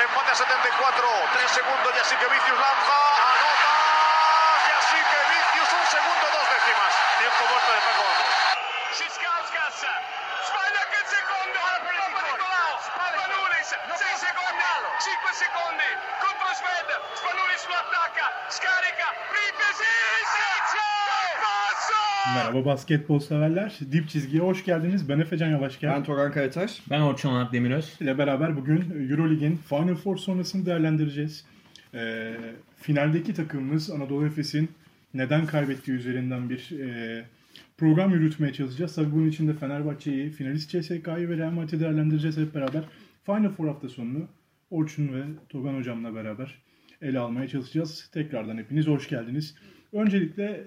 empate a 74, 3 segundos, y así que Vicius lanza, anota, y así que Vicius un segundo, 2 décimas. Tiempo muerto de Paco Vamos. Szyszkauskas, sbaglia anche il secondo, Nicolao, Spanulis, 6 secondi, 5 secondi, contro Sved, Spanulis lo attacca, scarica, Merhaba basketbol severler. Dip Çizgi'ye hoş geldiniz. Ben Efecan Yavaşker. Ben Togan Karataş. Ben Orçun Onat Demiröz. ile beraber bugün Eurolig'in Final Four sonrasını değerlendireceğiz. Finaldeki takımımız Anadolu Efes'in neden kaybettiği üzerinden bir program yürütmeye çalışacağız. Tabii bunun için de Fenerbahçe'yi, finalist CSK'yı ve Real Madrid'i değerlendireceğiz hep beraber. Final Four hafta sonunu Orçun ve Togan hocamla beraber ele almaya çalışacağız. Tekrardan hepiniz hoş geldiniz. Öncelikle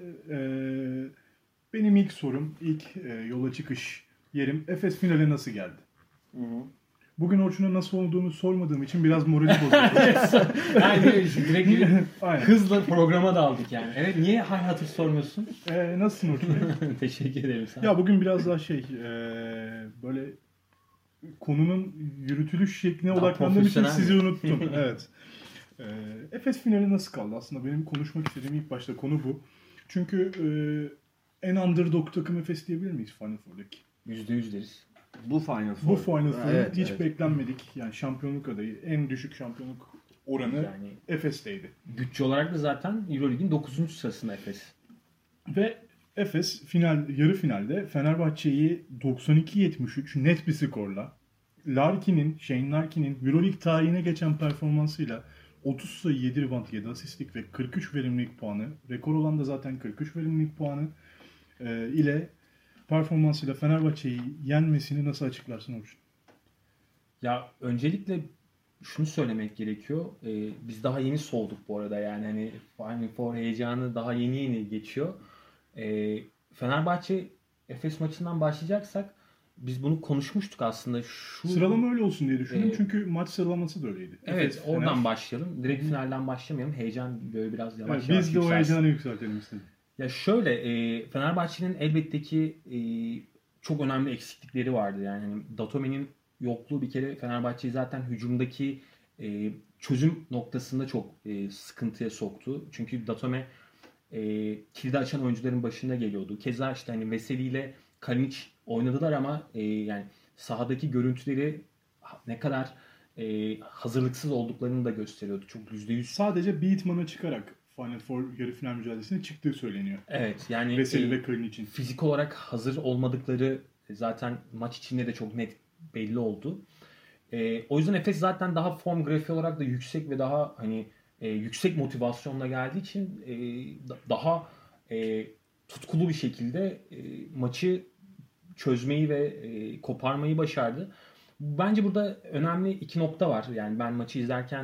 benim ilk sorum, ilk yola çıkış yerim Efes finale nasıl geldi? Hı hı. Bugün Orçun'a nasıl olduğunu sormadığım için biraz morali bozuldu. Yani direkt hızla programa daldık yani. Evet, niye hal hatır sormuyorsun? Nasılsın Orçun? Teşekkür ederim sana. Ya bugün biraz daha böyle konunun yürütülüş şekline daha odaklandığım için sizi mi? unuttum. Evet. Efes finali nasıl kaldı? Aslında benim konuşmak istediğim ilk başta konu bu. Çünkü en underdog takım Efes diyebilir miyiz Final Four'daki? %100 deriz. Bu Final Four. Bu Final Four'un Evet, hiç evet. beklenmedik. Yani şampiyonluk adayı, en düşük şampiyonluk oranı Yani Efes'teydi. bütçe olarak da zaten Euroleague'in 9. sırasında Efes. Ve Efes yarı finalde Fenerbahçe'yi 92-73 net bir skorla Shane Larkin'in Euroleague tarihine geçen performansıyla 30 sayı 7 rebound 7 asistlik ve 43 verimlilik puanı, rekor olan da zaten 43 verimlilik puanı ile performansıyla Fenerbahçe'yi yenmesini nasıl açıklarsın Orçun? Ya öncelikle şunu söylemek gerekiyor. Biz daha yeni soğuduk bu arada. Yani hani Final Four heyecanı daha yeni geçiyor. Fenerbahçe Efes maçından başlayacaksak biz bunu konuşmuştuk aslında. Sıralama öyle olsun diye düşündüm. Çünkü maç sıralaması da öyleydi. Evet, Efes, oradan Fener. Başlayalım. Direkt finalden başlamayalım. Heyecan böyle biraz yavaş Evet, yavaş biz de o yükselsin. heyecanı yükseltelim istedim. Ya şöyle, Fenerbahçe'nin elbette ki çok önemli eksiklikleri vardı. Yani hani Datome'nin yokluğu bir kere Fenerbahçe'yi zaten hücumdaki çözüm noktasında çok sıkıntıya soktu. Çünkü Datome kilidi açan oyuncuların başında geliyordu. Keza işte hani Veseli ile Kalinic oynadılar ama yani sahadaki görüntüleri ne kadar hazırlıksız olduklarını da gösteriyordu. Çok %100. Sadece Beatman'a çıkarak Final Four yarı final mücadelesine çıktığı söyleniyor. Evet, yani Veseli ve Kalinic için. fizik olarak hazır olmadıkları zaten maç içinde de çok net belli oldu. O yüzden Efes zaten daha form grafiği olarak da yüksek ve daha hani yüksek motivasyonla geldiği için daha tutkulu bir şekilde maçı çözmeyi ve koparmayı başardı. Bence burada önemli iki nokta var. Yani ben maçı izlerken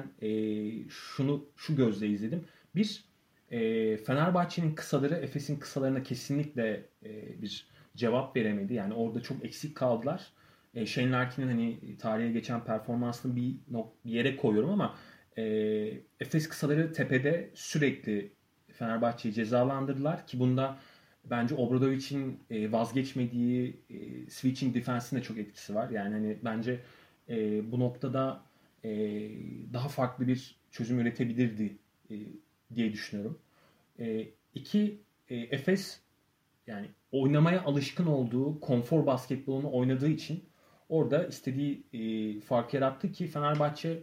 şu gözle izledim. Bir, Fenerbahçe'nin kısaları Efes'in kısalarına kesinlikle bir cevap veremedi. Yani orada çok eksik kaldılar. Shane Larkin'in hani tarihe geçen performansını bir yere koyuyorum ama Efes kısaları tepede sürekli Fenerbahçe'yi cezalandırdılar ki bunda bence Obradovic'in vazgeçmediği switching defense'in de çok etkisi var. Yani hani bence bu noktada daha farklı bir çözüm üretebilirdi diye düşünüyorum. İki, Efes yani oynamaya alışkın olduğu konfor basketbolunu oynadığı için orada istediği farkı yarattı ki Fenerbahçe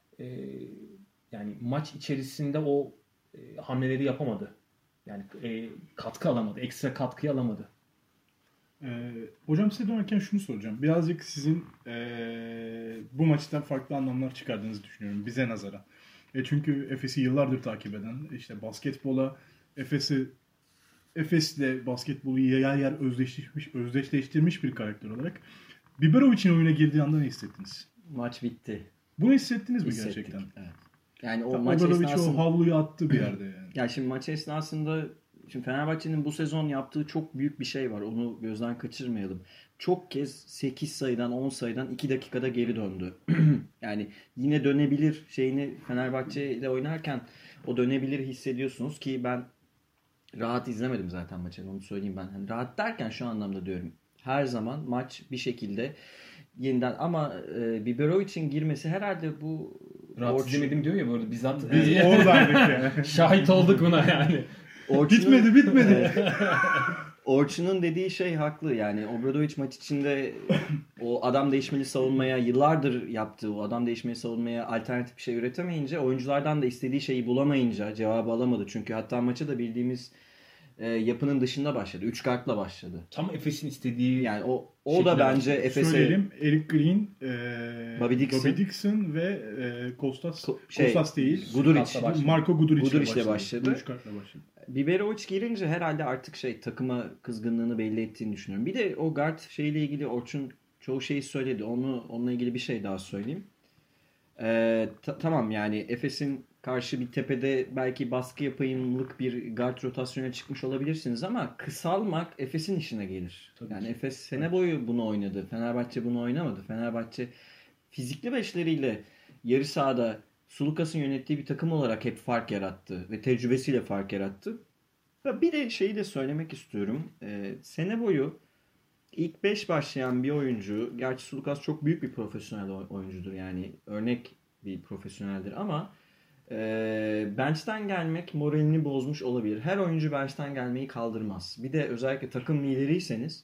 yani maç içerisinde o hamleleri yapamadı. Yani katkı alamadı. Ekstra katkıyı alamadı. Hocam size dönerken şunu soracağım. Birazcık sizin bu maçtan farklı anlamlar çıkardığınızı düşünüyorum bize nazaran. Çünkü Efes'i yıllardır takip eden, işte basketbola Efes'le basketbolu yer yer özdeşleştirmiş bir karakter olarak Biberovic'in oyuna girdiği anda ne hissettiniz? Maç bitti. Bunu hissettiniz mi Hissettik, gerçekten? evet. Yani o Tabii maç Obradovic esnasında... o havluyu attı bir yerde yani. Ya şimdi maç esnasında şimdi Fenerbahçe'nin bu sezon yaptığı çok büyük bir şey var. Onu gözden kaçırmayalım. Çok kez 8 sayıdan 10 sayıdan 2 dakikada geri döndü. Yani yine dönebilir şeyini Fenerbahçe ile oynarken o dönebilir hissediyorsunuz ki ben rahat izlemedim zaten maçı. Onu söyleyeyim ben. Hani rahat derken şu anlamda diyorum. Her zaman maç bir şekilde yeniden ama Biberovic'in girmesi herhalde bu Rahat Orçun- izlemedim diyor ya böyle bizzat Biz oradaydık yani. şahit olduk buna yani. Bitmedi. Orçun'un dediği şey haklı. Yani Obradovic maç içinde o adam değişmeli savunmaya yıllardır yaptığı o adam değişmeli savunmaya alternatif bir şey üretemeyince oyunculardan da istediği şeyi bulamayınca cevabı alamadı. Çünkü hatta maçı da bildiğimiz yapının dışında başladı. 3 kartla başladı. Tam Efes'in istediği Yani o da şekilde bence başladı. Efes'e Söyleyelim. Eric Green, Bobby Dixon ve Kostas. şey, Kostas değil. Guduric. Marko Guduric'le Guduric'le başladı. 3 kartla başladı. Biberovic girince herhalde artık takıma kızgınlığını belli ettiğini düşünüyorum. Bir de o guard şeyle ilgili Orçun çoğu şeyi söyledi. Onunla ilgili bir şey daha söyleyeyim. Tamam yani Efes'in karşı bir tepede belki baskı yapayımlık bir guard rotasyona çıkmış olabilirsiniz ama kısalmak Efes'in işine gelir. Tabii yani ki. Efes sene boyu bunu oynadı. Fenerbahçe bunu oynamadı. Fenerbahçe fizikli beşleriyle yarı sahada Sulukas'ın yönettiği bir takım olarak hep fark yarattı ve tecrübesiyle fark yarattı. Ve bir de şeyi de söylemek istiyorum. Sene boyu ilk 5 başlayan bir oyuncu, gerçi Sulukas çok büyük bir profesyonel oyuncudur yani örnek bir profesyoneldir ama bench'ten gelmek moralini bozmuş olabilir. Her oyuncu bench'ten gelmeyi kaldırmaz. Bir de özellikle takım lideriyseniz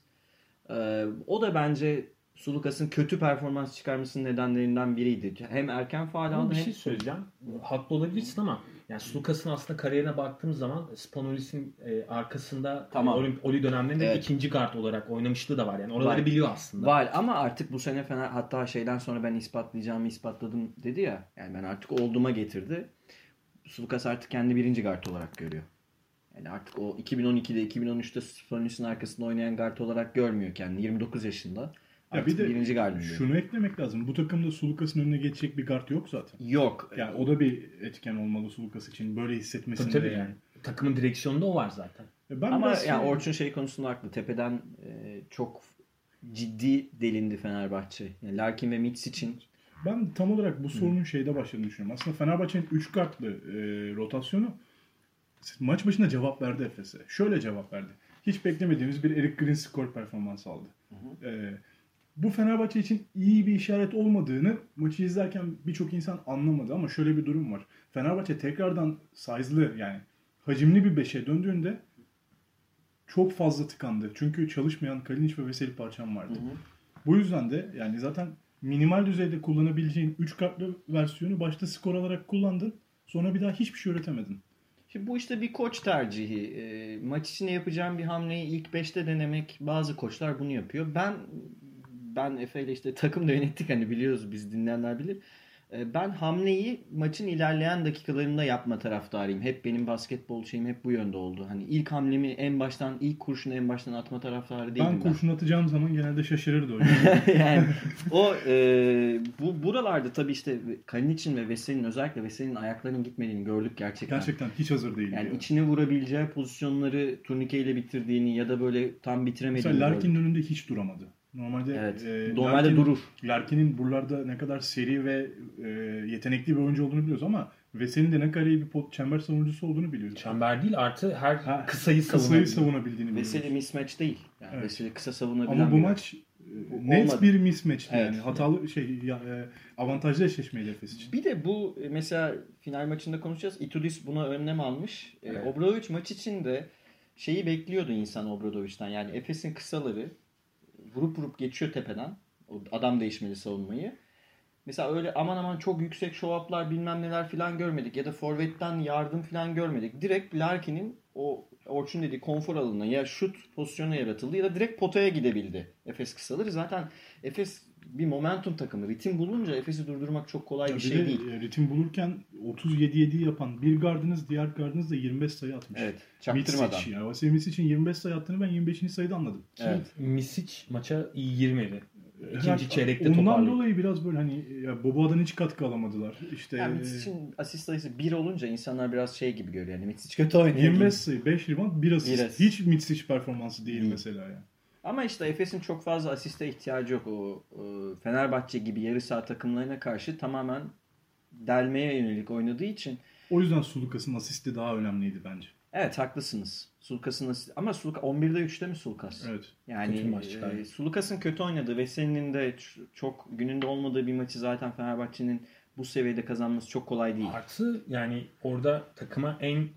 o da bence Sulukas'ın kötü performans çıkarmasının nedenlerinden biriydi. Hem erken faul Ama aldı bir hem şey söyleyeceğim. Haklı olabilirsin ama yani Sulukas'ın aslında kariyerine baktığımız zaman Spanulis'in arkasında Tamam. Oli dönemlerinde Evet. ikinci guard olarak oynamışlığı da var. Yani oraları Var. biliyor aslında. var ama artık bu sene Fener hatta şeyden sonra ben ispatlayacağımı ispatladım dedi ya. Yani ben artık olduğuma getirdi. Sulukas artık kendi birinci guard olarak görüyor. Yani artık o 2012'de 2013'te Spanulis'in arkasında oynayan guard olarak görmüyor kendini. 29 yaşında. Ya Artık bir de birinci guard'ım diyor. şunu eklemek lazım. Bu takımda Sulukas'ın önüne geçecek bir guard yok zaten. Yok. Yani o da bir etken olmalı Sulukas için. Böyle hissetmesinde Tabii yani. yani. Takımın direksiyonunda o var zaten. Ben Ama biraz yani Orçun şey konusunda haklı. Tepeden çok ciddi delindi Fenerbahçe. Yani Larkin ve Mitch için Ben tam olarak bu sorunun şeyde başladığını düşünüyorum. Aslında Fenerbahçe'nin 3 kartlı rotasyonu maç başında cevap verdi Efes'e. Şöyle cevap verdi. Hiç beklemediğimiz bir Eric Green skor performansı aldı. Bu Fenerbahçe için iyi bir işaret olmadığını maçı izlerken birçok insan anlamadı ama şöyle bir durum var. Fenerbahçe tekrardan size'lı yani hacimli bir 5'e döndüğünde çok fazla tıkandı. Çünkü çalışmayan Kalinic ve Veseli parçam vardı. Bu yüzden de yani zaten minimal düzeyde kullanabileceğin 3 kartlı versiyonu başta skor alarak kullandın. Sonra bir daha hiçbir şey üretemedin. Şimdi bu işte bir koç tercihi. Maç içinde yapacağım bir hamleyi ilk 5'te denemek bazı koçlar bunu yapıyor. Ben Efe ile işte takım da yönettik hani biliyoruz biz dinleyenler bilir. Ben hamleyi maçın ilerleyen dakikalarında yapma taraftarıyım. Hep benim basketbol şeyim hep bu yönde oldu. Hani ilk hamlemi ilk kurşunu en baştan atma taraftarı değilim Ben kurşun atacağım zaman genelde şaşırırdı o. yani o bu buralarda tabii işte Kalinic'in ve Veseli'nin özellikle Veseli'nin ayaklarının gitmediğini gördük gerçekten. Gerçekten hiç hazır değil. Yani ya. içine vurabileceği pozisyonları turnikeyle bitirdiğini ya da böyle tam bitiremediğini Mesela gördük. Larkin'in önünde hiç duramadı. Normalde Evet. Normalde durur. Larkin'in buralarda ne kadar seri ve yetenekli bir oyuncu olduğunu biliyoruz ama Veseli'nin de ne kadar iyi bir çember savunucusu olduğunu biliyoruz. Çember değil artı her kısayı Kısayı savunabiliyor. savunabildiğini biliyoruz. Veseli mismatch değil. Yani Evet. Veseli kısa savunabilen Ama bu bir- maç net olmadı. bir mismatch'ti Evet. yani. Hatalı avantajlı eşleşmeydi Efes için. Bir de bu mesela final maçında konuşacağız. Itudis buna önlem almış. Evet. Obradovic maç içinde şeyi bekliyordu insan Obradovic'ten. Yani Efes'in kısaları vurup geçiyor tepeden. O adam değişmeli savunmayı. Mesela öyle aman aman çok yüksek show-up'lar bilmem neler falan görmedik. Ya da forvetten yardım falan görmedik. Direkt Larkin'in o Orçun dediği konfor alanına ya şut pozisyonu yaratıldı ya da direkt potaya gidebildi Efes kısaları. Zaten Efes bir momentum takımı. Ritim bulunca Efes'i durdurmak çok kolay bir şey değil. Ritim bulurken 37-7 yapan bir gardınız, diğer gardınız da 25 sayı atmış. Evet. Çaktırmadan. Mitsic, yani Vasilij Misic'in 25 sayı attığını ben 25. sayıda anladım. Evet. Misic maça iyi girmedi. İkinci Yani çeyrekte ondan toparladı. dolayı biraz böyle hani ya Boboa'dan hiç katkı alamadılar. İşte Yani Mitsic'in asist sayısı 1 olunca insanlar biraz şey gibi görüyor. Yani Mitsic kötü oynuyor. 25 sayı, 5 rebound, 1 asist. Bir asist. Hiç Mitsic performansı değil Değil. mesela ya. Ama işte Efes'in çok fazla asiste ihtiyacı yok. O Fenerbahçe gibi yarı saha takımlarına karşı tamamen delmeye yönelik oynadığı için. O yüzden Sulukas'ın asisti daha önemliydi bence. Evet haklısınız. Sulukas'ın asist... Ama 11'de 3'te mi Sulukas? Evet. Kötü Yani maç çıkardı. Sulukas'ın kötü oynadığı ve senin de çok gününde olmadığı bir maçı zaten Fenerbahçe'nin bu seviyede kazanması çok kolay değil. Artı yani orada takıma en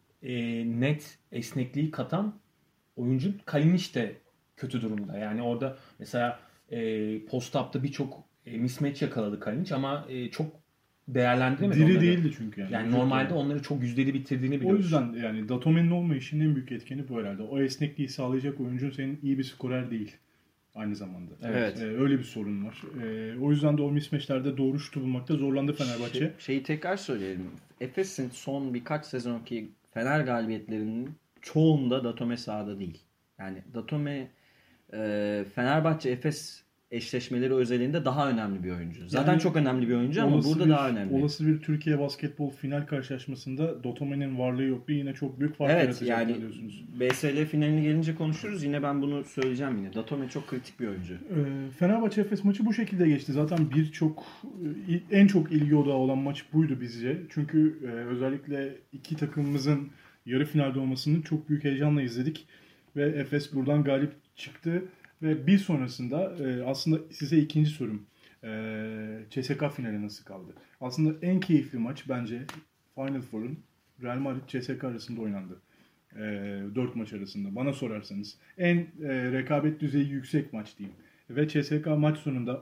net esnekliği katan oyuncu Kalinic de kötü durumda. Yani orada mesela post-up'ta birçok mismatch yakaladı Kalinic ama çok değerlendiremedi Diri onları. değildi çünkü yani. Yani normalde onları çok yüzdeli bitirdiğini O biliyoruz. yüzden yani Datome'nin olmayışının en büyük etkeni bu herhalde. O esnekliği sağlayacak oyuncun senin iyi bir skorer değil aynı zamanda. Evet. Öyle bir sorun var. O yüzden de o mismatchlerde doğru şutu bulmakta zorlandı Fenerbahçe. Şeyi tekrar söyleyelim. Efes'in son birkaç sezonki Fener galibiyetlerinin çoğunda Datome sahada değil. Yani Datome Fenerbahçe Efes eşleşmeleri özelinde daha önemli bir oyuncu. Zaten Yani çok önemli bir oyuncu ama burada daha önemli. Olası bir Türkiye basketbol final karşılaşmasında Datome'nin varlığı yokluğu yine çok büyük fark Evet yaratacak yani diyorsunuz. BSL finaline gelince konuşuruz. Yine ben bunu söyleyeceğim yine. Datome çok kritik bir oyuncu. Fenerbahçe Efes maçı bu şekilde geçti. Zaten en çok ilgi odağı olan maç buydu bizce. Çünkü özellikle iki takımımızın yarı finalde olmasını çok büyük heyecanla izledik. Ve Efes buradan galip çıktı. Ve bir sonrasında aslında size ikinci sorum. CSKA finali nasıl kaldı? Aslında en keyifli maç bence Final Four'un Real Madrid CSKA arasında oynandı. 4 maç arasında bana sorarsanız. En rekabet düzeyi yüksek maç diyeyim. Ve CSKA maç sonunda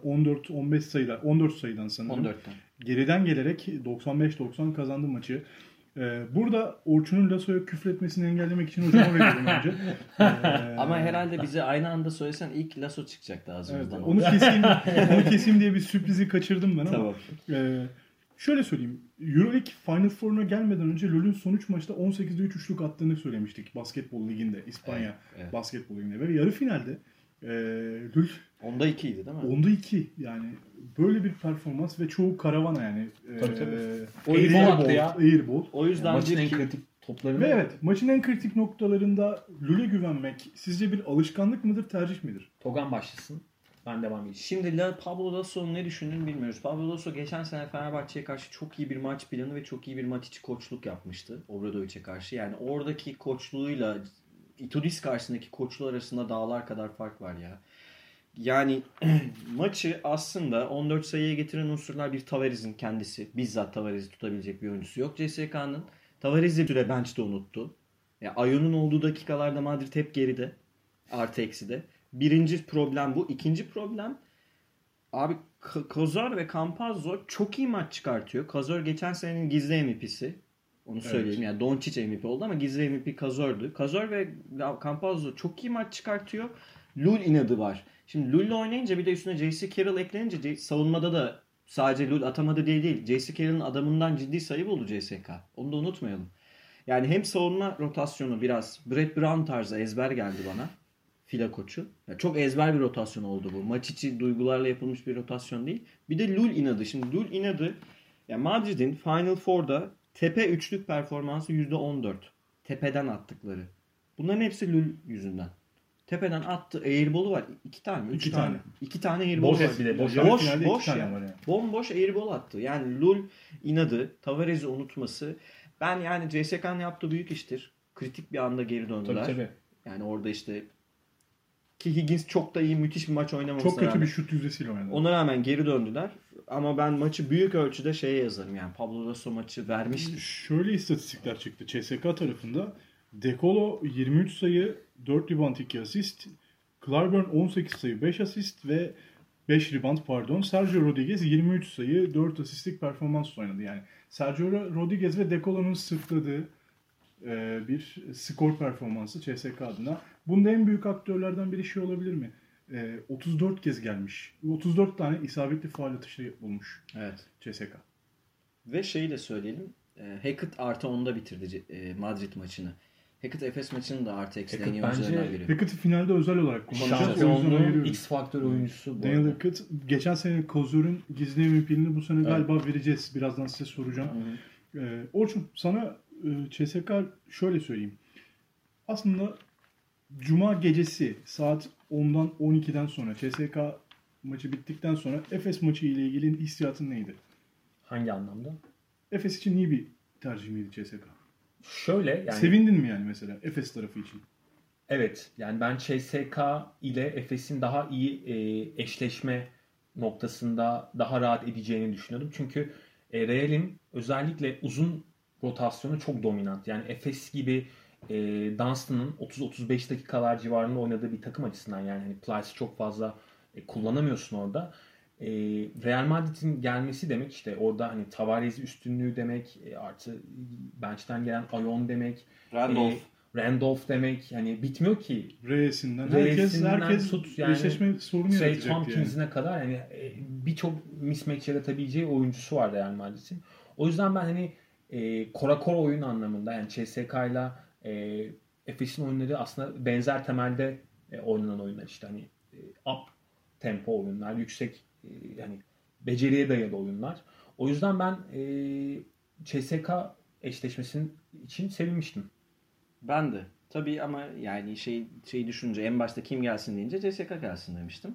14 sayıdan sanırım 14'ten. geriden gelerek 95-90 kazandı maçı. Burada Orçun'un Lasso'ya küfretmesini engellemek için hocama veriyorum önce. Ama herhalde bize aynı anda söylesen ilk Lasso çıkacaktı Evet, ağzımızdan. onu keseyim diye bir sürprizi kaçırdım ben ama. Tamam. Şöyle söyleyeyim. Euroleague Final Four'una gelmeden önce LoL'ün son 3 maçta 18'de 3 üçlük attığını söylemiştik. Basketbol liginde, İspanya Evet. basketbol liginde. Ve yarı finalde LoL Onda 2'ydi değil mi? onda 2. Yani böyle bir performans ve çoğu karavana yani. O Airball attı ya. Airball. O yüzden Maçın en bir kritik toplarını. Ve evet, maçın en kritik noktalarında LoL'e güvenmek sizce bir alışkanlık mıdır, tercih midir? Togan başlasın. Ben devam edeyim. Şimdi Pablo Lasso'nun ne düşündüğünü bilmiyoruz. Pablo Lasso geçen sene Fenerbahçe'ye karşı çok iyi bir maç planı ve çok iyi bir maç içi koçluk yapmıştı. Obradovic'e karşı. Yani oradaki koçluğuyla Itudis karşısındaki koçluğu arasında dağlar kadar fark var ya. Yani maçı aslında 14 sayıya getiren unsurlar bir Tavares'in kendisi. Bizzat Tavares'i tutabilecek bir oyuncusu yok CSK'nın. Tavares'i süre bench'te unuttu. Yani Ayon'un olduğu dakikalarda Madrid hep geride. Artı eksi de. Birinci problem bu. İkinci problem abi Kozor ve Campazzo çok iyi maç çıkartıyor. Kozor geçen senenin gizli MVP'si. Onu söyleyeyim. Yani Doncic MVP oldu ama gizli MVP Kozor'du. Kozor ve Campazzo çok iyi maç çıkartıyor. Lul inadı var. Şimdi Lul'le oynayınca bir de üstüne J.C. Carroll eklenince savunmada da sadece Lul atamadı diye değil. J.C. Carroll'ın adamından ciddi sayı buldu CSK. Onu da unutmayalım. Yani hem savunma rotasyonu biraz Brett Brown tarzı ezber geldi bana. Fila koçu. Yani çok ezber bir rotasyon oldu bu. Maç içi duygularla yapılmış bir rotasyon değil. Bir de Lul inadı. Şimdi Lul inadı yani Madrid'in Final Four'da tepe üçlük performansı %14. Tepeden attıkları. Bunların hepsi Lul yüzünden. Tepeden attı. Airball'u var. 2 tane mi? 3 tane. 2 tane airball Boş var. bir de boş. Boş ya. Var yani. Bomboş airball attı. Yani Lul inadı. Tavares'i unutması. Ben yani CSK'nın yaptığı büyük iştir. Kritik bir anda geri döndüler. Tabii. Yani orada işte ki Higgins çok da iyi müthiş bir maç oynamamasına Çok kötü rağmen. bir şut yüzdesiyle oynadı. Ona rağmen geri döndüler. Ama ben maçı büyük ölçüde şeye yazarım. Yani Pablo Lasso maçı vermiştir. Şöyle istatistikler çıktı. CSK tarafında Dekolo 23 sayı, 4 rebound 2 asist. Clyburn 18 sayı, 5 asist ve 5 rebound pardon. Sergio Rodriguez 23 sayı, 4 asistlik performans oynadı. Yani Sergio Rodriguez ve Dekolo'nun sırtladığı bir skor performansı CSK adına. Bunda en büyük aktörlerden biri şey olabilir mi? 34 kez gelmiş. 34 tane isabetli faul atışı bulmuş Evet. CSK. Ve şeyi de söyleyelim. Hackett artı 10'da bitirdi Madrid maçını. Hackett Efes maçının da artı eksi en iyi Hackett oyuncularından bence biri. Hackett'i finalde özel olarak kullanacağız. O yüzden Şampiyonluğun ayırıyorum. X faktör oyuncusu bu Daniel arada. Hackett geçen sene Kozur'un gizli MVP'ini bu sene galiba vereceğiz. Birazdan size soracağım. Orçun sana CSK şöyle söyleyeyim. Aslında Cuma gecesi saat 10'dan 12'den sonra CSK maçı bittikten sonra Efes maçı ile ilgili hissiyatın neydi? Hangi anlamda? Efes için iyi bir tercih miydi CSK? Şöyle yani. Sevindin mi yani mesela Efes tarafı için? Evet. Yani ben CSK ile Efes'in daha iyi eşleşme noktasında daha rahat edeceğini düşünüyordum. Çünkü Real'in özellikle uzun rotasyonu çok dominant. Yani Efes gibi Dunstan'ın 30-35 dakikalar civarında oynadığı bir takım açısından, yani hani Plyce'ı çok fazla kullanamıyorsun orada. Real Madrid'in gelmesi demek işte orada hani Tavares üstünlüğü demek, artı bench'ten gelen Ayon demek, Randolph demek, yani bitmiyor ki. Reyes'inden Reyes'inden herkes tut yani, eşleşme sorunu Trey yaratacaktı Tompkins'ine yani. kadar yani birçok mismatch yaratabileceği oyuncusu var Real Madrid'in. O yüzden ben hani korakor oyun anlamında, yani CSK'yla Efes'in oyunları aslında benzer temelde oynanan oyunlar, işte hani up tempo oyunlar, yüksek hani beceriye dayalı oyunlar. O yüzden ben CSK eşleşmesinin için sevinmiştim. Ben de. Tabii ama yani şey düşünce en başta kim gelsin deyince CSK gelsin demiştim.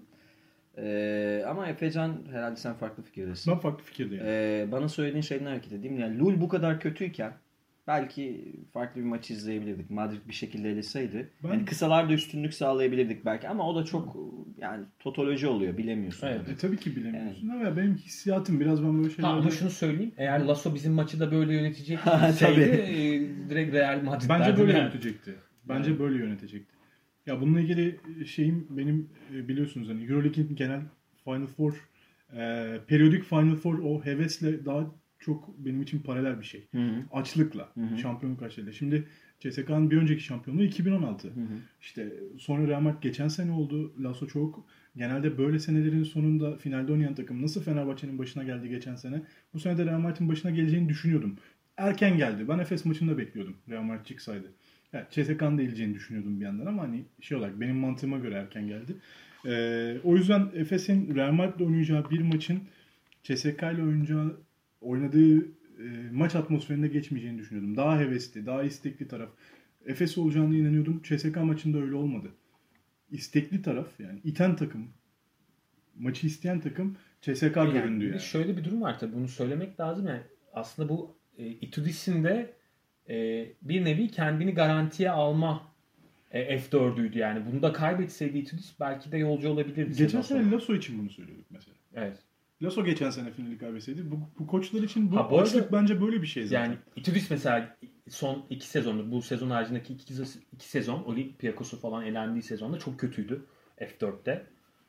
Ama Efecan herhalde sen farklı fikirdesin. Ben farklı fikirdeyim. Bana söylediğin şeyden hareket edeyim. Yani Lul bu kadar kötüyken belki farklı bir maç izleyebilirdik. Madrid bir şekilde eleseydi. Yani kısalarda üstünlük sağlayabilirdik belki ama o da çok yani totoloji oluyor, bilemiyorsun. Evet. Tabii ki bilemiyorsun ama benim hissiyatım biraz ben böyle şeylerde... Ama şunu söyleyeyim. Eğer Lasso bizim maçı da böyle yönetecek Tabii. direkt Real Madrid Bence böyle yani. yönetecekti. Bence böyle yönetecekti. Ya bununla ilgili şeyim benim biliyorsunuz hani Euroleague'in genel Final Four, periyodik Final Four o hevesle daha çok benim için paralel bir şey. Hı-hı. Açlıkla, şampiyonluk açlığıyla. Şimdi CSK'nın bir önceki şampiyonluğu 2016. İşte sonra Real Madrid geçen sene oldu. Lasso çok. Genelde böyle senelerin sonunda finalde oynayan takım nasıl Fenerbahçe'nin başına geldi geçen sene. Bu sene de Real Madrid'in başına geleceğini düşünüyordum. Erken geldi. Ben Efes maçında bekliyordum Real Madrid çıksaydı. Yani CSK'nın da eleceğini düşünüyordum bir yandan ama hani şey olarak benim mantığıma göre erken geldi. O yüzden Efes'in Real Madrid'le oynayacağı bir maçın CSK ile oynadığı maç atmosferinde geçmeyeceğini düşünüyordum. Daha hevesli, daha istekli taraf. Efes olacağına inanıyordum. CSK maçında öyle olmadı. İstekli taraf, yani iten takım, maçı isteyen takım CSK göründü yani. Şöyle bir durum var tabii, bunu söylemek lazım yani. Aslında bu Itudis'in de bir nevi kendini garantiye alma F4'üydü yani. Bunu da kaybetseydi Itudis belki de yolcu olabilirdi. Geçen sene Lasso için bunu söylüyorduk mesela. Evet. Lasso geçen sene finali kaybetseydi. Bu koçlar için bu arada, açlık bence böyle bir şey zaten. Yani Itudis mesela son 2 sezonda, bu sezon haricindeki 2 sezon Olympiakos'u falan elendiği sezonda çok kötüydü F4'te.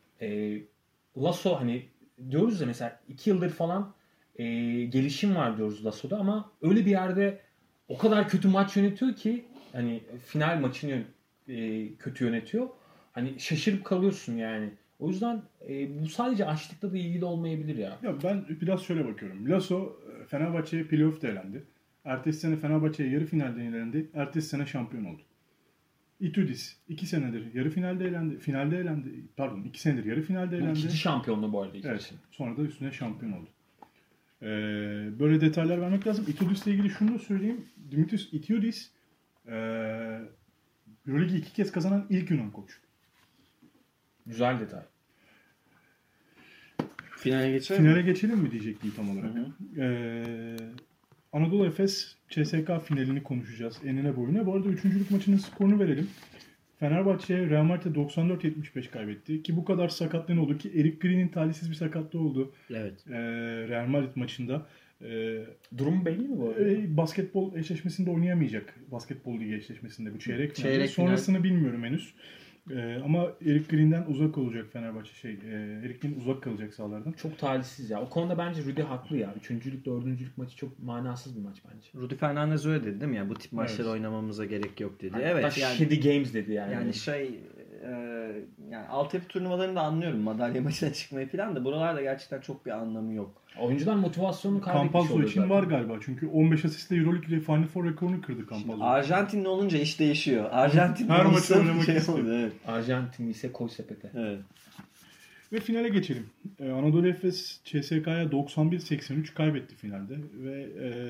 Lasso hani diyoruz ya mesela 2 yıldır falan gelişim var diyoruz Lasso'da ama öyle bir yerde o kadar kötü maç yönetiyor ki hani final maçını kötü yönetiyor. Hani şaşırıp kalıyorsun yani. O yüzden bu sadece açlıkla da ilgili olmayabilir ya. Ya ben biraz şöyle bakıyorum. Lasso Fenerbahçe'ye playoff'ta elendi. Ertesi sene Fenerbahçe'ye yarı finalde elendi. Ertesi sene şampiyon oldu. Itudis 2 senedir yarı finalde elendi. Finalde elendi. Pardon 2 senedir yarı finalde elendi. İkinci şampiyonluğu bu arada. Evet. Sonra da üstüne şampiyon oldu. Böyle detaylar vermek lazım. Itudis'le ilgili şunu da söyleyeyim. Dimitris Itudis Euroligi 2 kez kazanan ilk Yunan koç. Güzel detay. Finale geçelim mi diyecektim tam olarak. Anadolu Efes CSK finalini konuşacağız enine boyuna. Bu arada üçüncülük maçının skorunu verelim. Fenerbahçe Real Madrid'e 94-75 kaybetti. Ki bu kadar sakatlığın oldu ki Eric Green'in talihsiz bir sakatlığı oldu. Evet. Real Madrid maçında. Durum belli mi bu arada? Basketbol eşleşmesinde oynayamayacak. Basketbol ligi eşleşmesinde bu çeyrek finalde. Final. Sonrasını bilmiyorum henüz. Ama Eric Green'den uzak olacak Fenerbahçe Eric Green uzak kalacak sahalardan. Çok talihsiz ya. O konuda bence Rudy haklı ya. Üçüncülük, dördüncülük maçı çok manasız bir maç bence. Rudy Fernandez öyle dedi değil mi? Yani bu tip maçları oynamamamıza gerek yok dedi. Hatta Evet yani. Shitty games dedi yani. Yani yani altyapı turnuvalarını da anlıyorum. Madalya maçına çıkmayı falan da buralarda gerçekten çok bir anlamı yok. Oyuncular motivasyonunu kaybetmiş Campazzo oluyor için zaten. var galiba. Çünkü 15 asistle Euroleague Final Four rekorunu kırdı Campazzo. Arjantinli olunca iş değişiyor. Arjantinli Her maçı olsa oynamak istiyor. oldu, evet. Arjantin ise koy sepete. Evet. Ve finale geçelim. Anadolu Efes CSK'ya 91-83 kaybetti finalde. Ve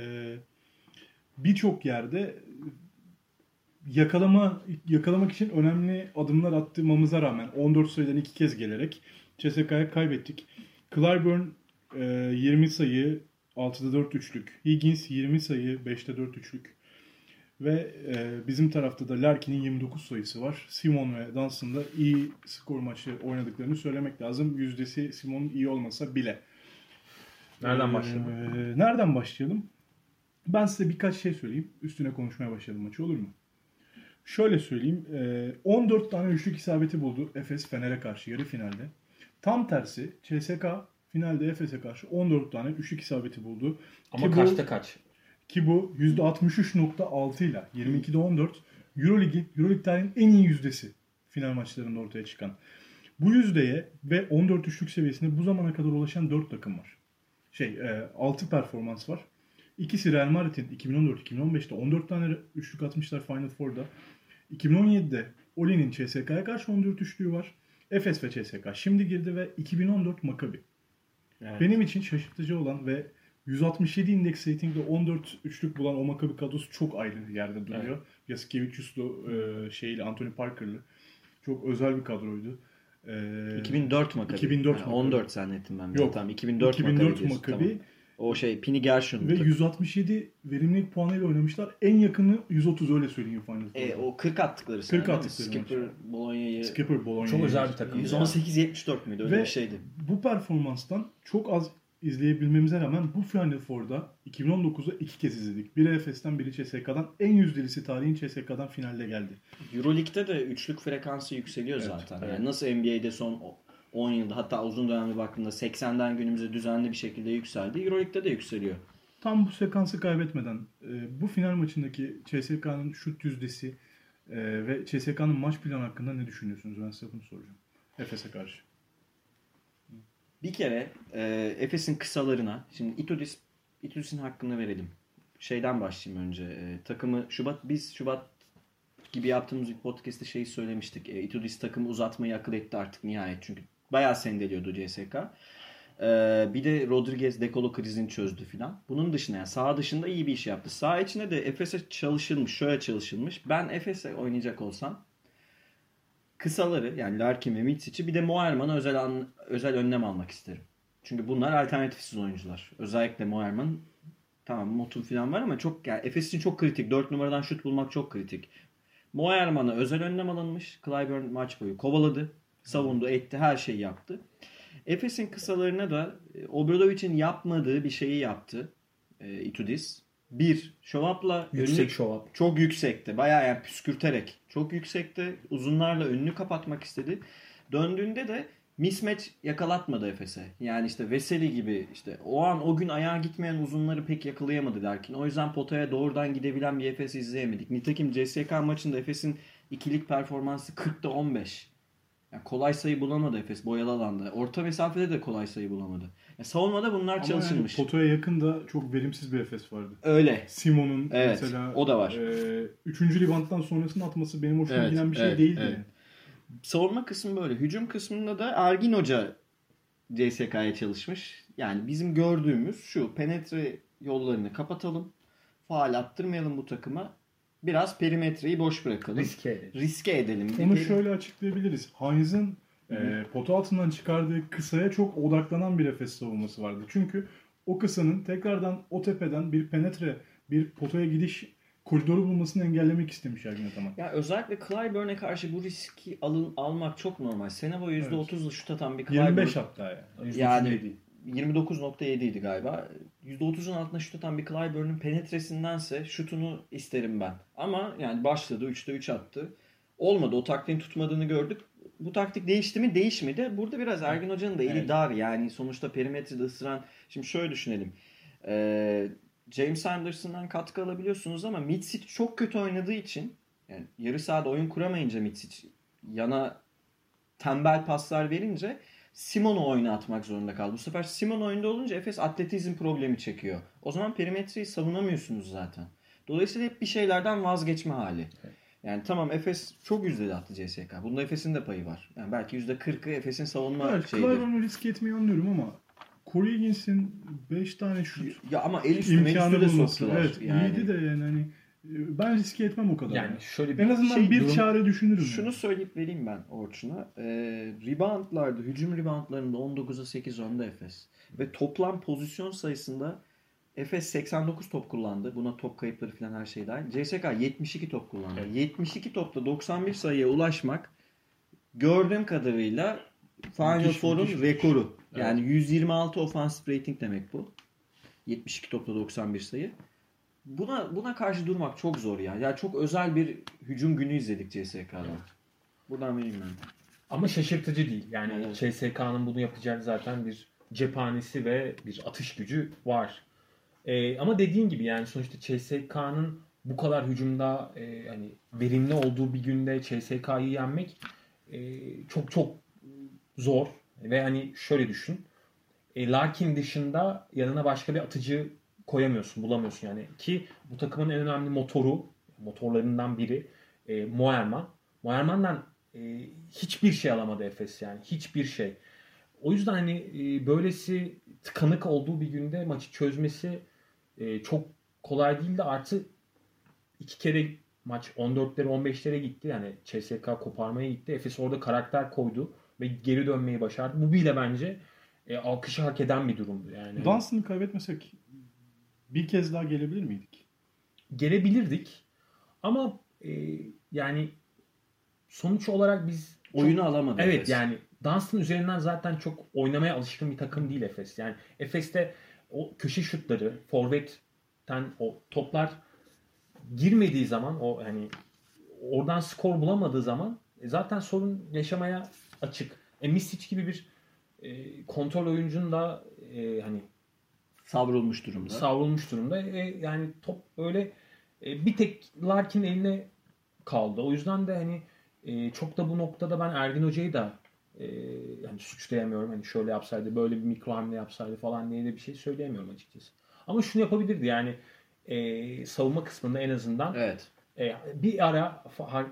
birçok yerde yakalamak için önemli adımlar attırmamıza rağmen 14 sayıdan 2 kez gelerek CSK'ya kaybettik. Clyburn 20 sayı 6'da 4 üçlük. Higgins 20 sayı 5'te 4 üçlük. Ve bizim tarafta da Larkin'in 29 sayısı var. Simon ve Dunstan da iyi skor maçı oynadıklarını söylemek lazım. Yüzdesi Simon'un iyi olmasa bile. Nereden başlayalım? Nereden başlayalım? Ben size birkaç şey söyleyeyim. Üstüne konuşmaya başlayalım maçı, olur mu? Şöyle söyleyeyim. 14 tane üçlük isabeti buldu Efes Fener'e karşı yarı finalde. Tam tersi CSKA finalde Efes'e karşı 14 tane üçlük isabeti buldu. Ama kaçta kaç? Ki bu %63.6 ile 22'de 14 Euroleague tarihinin en iyi yüzdesi final maçlarında ortaya çıkan. Bu yüzdeye ve 14 üçlük seviyesine bu zamana kadar ulaşan 4 takım var. 6 performans var. İkisi Real Madrid'in 2014-2015'te 14 tane üçlük atmışlar Final Four'da. 2017'de Oli'nin CSK'ya karşı 14 üçlüğü var. Efes ve CSKA şimdi girdi ve 2014 Maccabi. Evet. Benim için şaşırtıcı olan ve 167 index rating'de 14 üçlük bulan o Maccabi kadrosu çok ayrı yerde duruyor. Evet. Jasikevicius'lu Anthony Parker'lı. Çok özel bir kadroydu. 2004 Maccabi. 2004 yani 14 zannettim ben. Yok. Tamam, 2004 Maccabi. Tamam. O Pini Gershon. Ve 167 verimlilik puanıyla oynamışlar. En yakını 130 öyle söyleyeyim Final. O 40 attıkları. 40 attıkları. Skipper Bolonya'yı. Çok özel bir takım. 118-74 müydü? Öyle bir şeydi. Bu performanstan çok az izleyebilmemize rağmen bu Final Four'da 2019'da 2 kez izledik. Biri Efes'ten, biri CSKA'dan. En yüzdelisi tarihin CSKA'dan finalde geldi. Euroleague'de de üçlük frekansı yükseliyor zaten. Evet. Yani nasıl NBA'de son 10 yılda, hatta uzun dönemde baktığında 80'den günümüze düzenli bir şekilde yükseldi. Euroleague'de de yükseliyor. Tam bu sekansı kaybetmeden bu final maçındaki CSKA'nın şut yüzdesi ve CSKA'nın maç planı hakkında ne düşünüyorsunuz? Ben size bunu soracağım. Efes'e karşı. Bir kere Efes'in kısalarına, şimdi Itudis'in hakkını verelim. Şeyden başlayayım önce. Takımı Şubat gibi yaptığımız bir podcast'te söylemiştik. Itudis takımı uzatmayı akıl etti artık nihayet. Çünkü bayağı sendeliyordu CSKA. Bir de Rodriguez dekolo krizini çözdü filan. Bunun dışında, yani saha dışında iyi bir iş yaptı. Saha içinde de Efes'e çalışılmış. Ben Efes'e oynayacak olsam kısaları, yani Larkin ve Mitsic'i, bir de Moerman'a özel önlem almak isterim. Çünkü bunlar alternatifsiz oyuncular. Özellikle Moerman, tamam Motum falan var ama yani Efes için çok kritik. 4 numaradan şut bulmak çok kritik. Moerman'a özel önlem alınmış. Clyburn maç boyu kovaladı. Savundu, etti, her şeyi yaptı. Efes'in kısalarına da Obradovic'in yapmadığı bir şeyi yaptı Itudis. Şovapla yüksek şovap. Çok yüksekte. Bayağı yani püskürterek. Çok yüksekte. Uzunlarla önünü kapatmak istedi. Döndüğünde de mismatch yakalatmadı Efes'e. Yani Veseli gibi o gün ayağa gitmeyen uzunları pek yakalayamadı Larkin. O yüzden potaya doğrudan gidebilen bir Efes izleyemedik. Nitekim CSKA maçında Efes'in ikilik performansı 40'ta 15. Yani kolay sayı bulamadı Efes boyalı alanda. Orta mesafede de kolay sayı bulamadı. Savunmada bunlar ama çalışılmış. Yani potaya yakın da çok verimsiz bir Efes vardı. Öyle. Simon'un mesela o da var. 3. ribanttan sonrasını atması benim hoşuma giden bir şey değildi. Evet. Savunma kısmı böyle. Hücum kısmında da Ergin Hoca CSK'ya çalışmış. Yani bizim gördüğümüz şu: penetre yollarını kapatalım. Faal attırmayalım bu takıma. Biraz perimetreyi boş bırakalım. Riske edelim. Onu şöyle açıklayabiliriz. Heinz'in pota altından çıkardığı kısaya çok odaklanan bir Efes savunması vardı. Çünkü o kısanın tekrardan o tepeden bir penetre, bir potaya gidiş koridoru bulmasını engellemek istemiş Ergin Ataman. Ya özellikle Clyburn'e karşı bu riski almak çok normal. Sene boyu %30'la şut atan bir Clyburn. 25 hatta yani. Yani 29.7 idi galiba. %30'un altında şut atan bir Clyburn'un penetresindense şutunu isterim ben. Ama yani başladı, 3'te 3 attı. Olmadı. O taktiğin tutmadığını gördük. Bu taktik değişti mi? Değişmedi. Burada biraz Ergin Hoca'nın da eli dar. Yani sonuçta perimetrede ısıran. Şimdi şöyle düşünelim. James Anderson'dan katkı alabiliyorsunuz ama Mitsic çok kötü oynadığı için, yani yarı sahada oyun kuramayınca Mitsic yana tembel paslar verince Simon'u oyuna atmak zorunda kaldı. Bu sefer Simon oyunda olunca Efes atletizm problemi çekiyor. O zaman perimetreyi savunamıyorsunuz zaten. Dolayısıyla hep bir şeylerden vazgeçme hali. Yani tamam, Efes çok yüzdeli attı CSK. Bunda Efes'in de payı var. Yani belki %40'ı Efes'in savunma şeyidir. Clyburne'u risk etmeyi anlıyorum ama Corey Higgins'in 5 tane şut ama el üstü de soktular. Evet, yani. İyiydi de yani ben riske etmem o kadar. Yani şöyle en azından bir çare düşünürüm. Şunu söyleyip vereyim ben Orçun'a. Reboundlarda, hücum reboundlarında 19'a 8 önde Efes. Ve toplam pozisyon sayısında Efes 89 top kullandı. Buna top kayıpları falan her şey dahil. CSKA 72 top kullandı. Evet. 72 topla 91 sayıya ulaşmak gördüğüm kadarıyla Final Müthiş, Four'un müthiş. rekoru. Evet. Yani 126 offensive rating demek bu. 72 topla 91 sayı. Buna karşı durmak çok zor ya. Ya çok özel bir hücum günü izledik CSK'dan. Buradan vereyim ben. Ama şaşırtıcı değil. Yani Evet. CSK'nın bunu yapacak zaten bir cephanesi ve bir atış gücü var. Ama dediğin gibi yani sonuçta CSK'nın bu kadar hücumda hani verimli olduğu bir günde CSK'yı yenmek çok çok zor. Ve hani şöyle düşün. Larkin dışında yanına başka bir atıcı koyamıyorsun, bulamıyorsun yani. Ki bu takımın en önemli motorlarından biri Moerman. Moerman'dan hiçbir şey alamadı Efes yani. Hiçbir şey. O yüzden hani böylesi tıkanık olduğu bir günde maçı çözmesi çok kolay değildi. Artı 2 kere maç 14'lere 15'lere gitti. Yani CSK koparmaya gitti. Efes orada karakter koydu ve geri dönmeyi başardı. Bu bile bence alkışı hak eden bir durumdu. Yani Dunstan'ı kaybetmesek bir kez daha gelebilir miydik? gelebilirdik ama yani sonuç olarak biz Oyunu alamadı evet Efes. yani Dunstan üzerinden zaten çok oynamaya alışkın bir takım değil Efes. Yani Efes'te o köşe şutları, forvetten o toplar girmediği zaman o hani oradan skor bulamadığı zaman zaten sorun yaşamaya açık. Misic gibi bir kontrol oyuncunun da hani Savrulmuş durumda. savrulmuş durumda. Yani top öyle bir tek Larkin'in eline kaldı. O yüzden de hani çok da bu noktada ben Ergin Hoca'yı da hani suçlayamıyorum. Hani şöyle yapsaydı, böyle bir mikro hamle yapsaydı falan diye de bir şey söyleyemiyorum açıkçası. Ama şunu yapabilirdi yani savunma kısmında en azından Evet. bir ara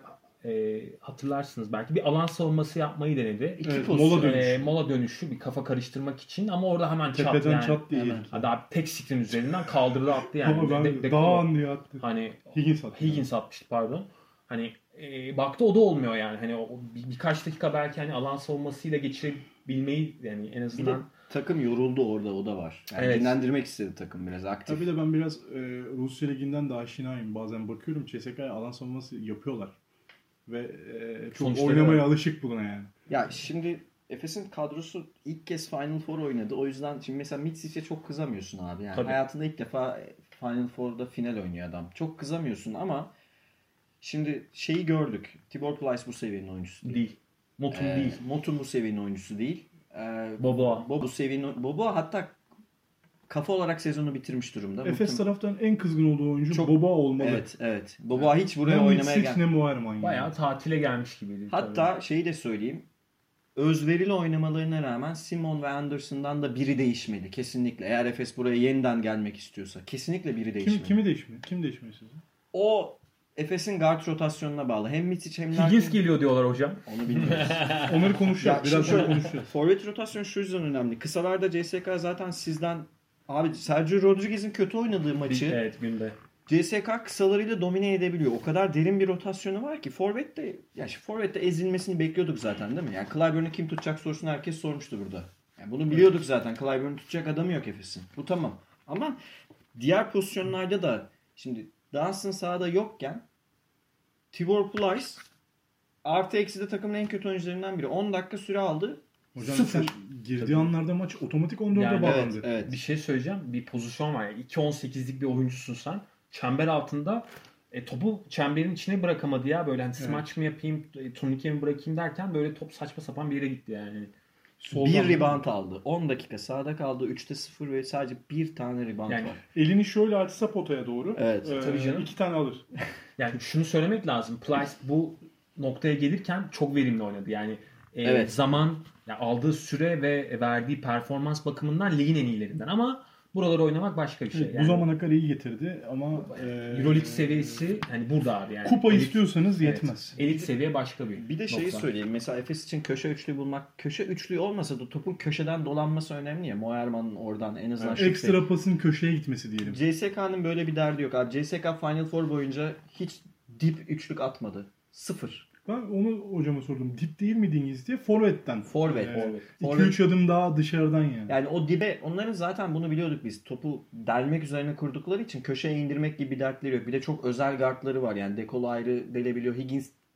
hatırlarsınız belki bir alan savunması yapmayı denedi. İki Evet, pozisyon. mola dönüşü. Mola dönüşü bir kafa karıştırmak için ama orada hemen çat Tepeden yani. çat diye Hemen. ilk. Daha tek screen üzerinden kaldırdı attı yani. Ama ben De- daha an diye attı. Hani Higgins attı. Higgins atmıştı pardon. Hani baktı o da olmuyor yani. Hani birkaç dakika belki hani alan savunmasıyla geçirebilmeyi yani en Bir de azından takım yoruldu orada, o da var. Yani Evet. dinlendirmek istedi takım biraz aktif. Tabii de ben biraz Rusya Ligi'nden de aşinayım. Bazen bakıyorum CSK'ya alan savunması yapıyorlar. Ve çok Sonuçları oynamaya var. alışık buna yani. Ya şimdi Efes'in kadrosu ilk kez Final Four oynadı. O yüzden şimdi mesela Mitsic'e çok kızamıyorsun abi. Yani Tabii. hayatında ilk defa Final Four'da final oynuyor adam. Çok kızamıyorsun ama şimdi şeyi gördük. Tibor Plyce bu seviyenin oyuncusu değil. değil. Motum değil. Motum bu seviyenin oyuncusu değil. Boboa. Bu seviyenin Boboa hatta kafa olarak sezonu bitirmiş durumda. Efes taraftan en kızgın olduğu oyuncu Çok- Boba olmalı. Evet. Boboa hiç buraya Ne oynamaya Mitsic ne Muharman yani. Bayağı tatile gelmiş gibiydi. Hatta şeyi de söyleyeyim. Özverili oynamalarına rağmen Simon ve Anderson'dan da biri değişmedi. Kesinlikle. Eğer Efes buraya yeniden gelmek istiyorsa. Kesinlikle biri değişmedi. Kimi değişmiyor? Kim değişmiyor sizce? O Efes'in guard rotasyonuna bağlı. Hem Mitsic hem Higgins Larkin. geliyor diyorlar hocam. Onu bilmiyoruz. Onları konuşacağız. Ya Biraz şimdi sonra şöyle, konuşacağız. forvet rotasyonu şu yüzden önemli. Kısalarda CSK zaten sizden abi Sergio Rodriguez'in kötü oynadığı maçı Evet günde. CSK kısalarıyla domine edebiliyor. O kadar derin bir rotasyonu var ki Forvet'te ya şu Forvet'te ezilmesini bekliyorduk zaten değil mi? Yani Clyburn'u kim tutacak sorusunu herkes sormuştu burada. Yani bunu biliyorduk zaten. Clyburn'u tutacak adamı yok Efes'in. Bu tamam. Ama diğer pozisyonlarda da şimdi Dunstan sahada yokken Tibor Plyce artı eksi de takımın en kötü oyuncularından biri. 10 dakika süre aldı. Hocam Sıfır. sen girdiği anlarda maç otomatik 14'e Yani bağlandı. Evet. Bir şey söyleyeceğim. Bir pozisyon var. Yani 2-18'lik bir oyuncusun sen. Çember altında topu çemberin içine bırakamadı ya. Böyle hani smaç mı yapayım, turnike mi bırakayım derken böyle top saçma sapan bir yere gitti yani. Soldan Bir rebound aldı. 10 dakika sahada kaldı. 3'te 0 ve sadece bir tane rebound Yani var. elini şöyle açsa potaya doğru. Evet, tabii canım. 2 tane alır. Yani şunu söylemek lazım. Plyce bu noktaya gelirken çok verimli oynadı. Yani Evet. zaman, yani aldığı süre ve verdiği performans bakımından ligin en iyilerinden. Ama buraları oynamak başka bir şey. Evet, Yani bu zamana kadar iyi getirdi ama Euroleague seviyesi hani burada abi yani. kupa Elit- istiyorsanız evet, yetmez. elit seviye başka Bir de şeyi nokta. söyleyeyim. Mesela Efes için köşe üçlüğü bulmak. Köşe üçlüğü olmasa da topun köşeden dolanması önemli ya. Moerman'ın oradan en azından şut Ekstra pasın köşeye gitmesi diyelim. CSK'nın böyle bir derdi yok. Abi CSK Final Four boyunca hiç dip üçlük atmadı. 0. Ben onu hocama sordum. Dip değil miydiniz diye. Forvet'ten. Forvet. 2-3 adım daha dışarıdan yani. Yani o dibe onların zaten bunu biliyorduk biz. Topu delmek üzerine kurdukları için köşeye indirmek gibi bir dertleri yok. Bir de çok özel guardları var. Yani dekolu ayrı delebiliyor.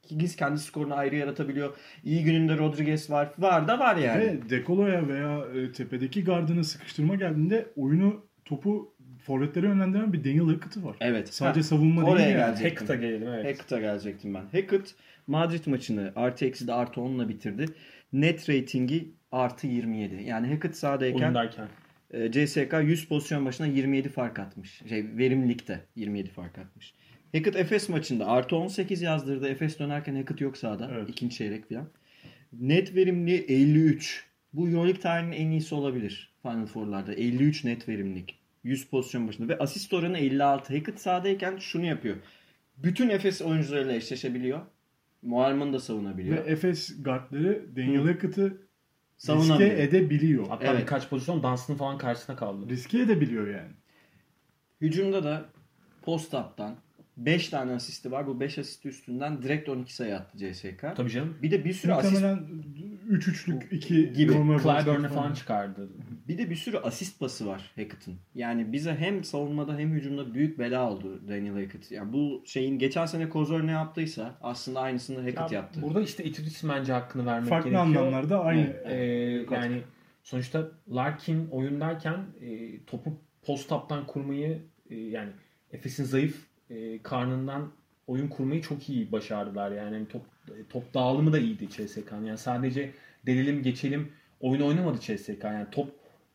Higgins kendi skorunu ayrı yaratabiliyor. İyi gününde Rodriguez var. Var da var yani. Ve Dekolo'ya veya tepedeki gardını sıkıştırma geldiğinde topu forvetlere yönlendiren bir Daniel Hackett'ı var. Evet. Sadece savunma değil Oraya yani. gelecektim. Hackett'a gelelim, evet. Hackett'a gelecektim ben. Hackett Madrid maçını +/- +10'la bitirdi. Net ratingi +27. Yani Hackett sahadayken Oyundayken. CSK 100 pozisyon başına 27 fark atmış. Verimlilikte 27 fark atmış. Hackett Efes maçında +18 yazdırdı. Efes dönerken Hackett yok sahada. Evet. İkinci çeyrek falan. Net verimli 53. Bu EuroLeague tarihinin en iyisi olabilir. Final Four'larda 53 net verimlilik. 100 pozisyon başında ve asist oranı 56. Hackett sahadayken şunu yapıyor. Bütün Efes oyuncularıyla eşleşebiliyor. Muharman'ı da savunabiliyor. Ve Efes guardları Daniel Hackett'ı riske Savunabiliyor. edebiliyor. Hatta Evet. birkaç pozisyon Dunstan'ın falan karşısına kaldı. Riske edebiliyor yani. Hücumda da post-up'tan 5 tane asisti var. Bu 5 asisti üstünden direkt 12 sayı attı CSK. Tabii canım. Bir de bir sürü asist Muhtemelen 3-3'lük 2 Gibi. Clyburn'u falan çıkardı. bir de bir sürü asist pası var Hackett'ın. Yani bize hem savunmada hem hücumda büyük bela oldu Daniel Hackett. Yani bu şeyin geçen sene Kozor ne yaptıysa aslında aynısını Hackett yaptı. Burada işte Itudis'in bence hakkını vermek farklı gerekiyor. anlamlarda aynı. Yani sonuçta Larkin oyundayken topu post-up'tan kurmayı yani Efes'in zayıf karnından oyun kurmayı çok iyi başardılar. Yani top dağılımı da iyiydi CSK'nın. Yani sadece delelim geçelim oyun oynamadı CSK. Yani top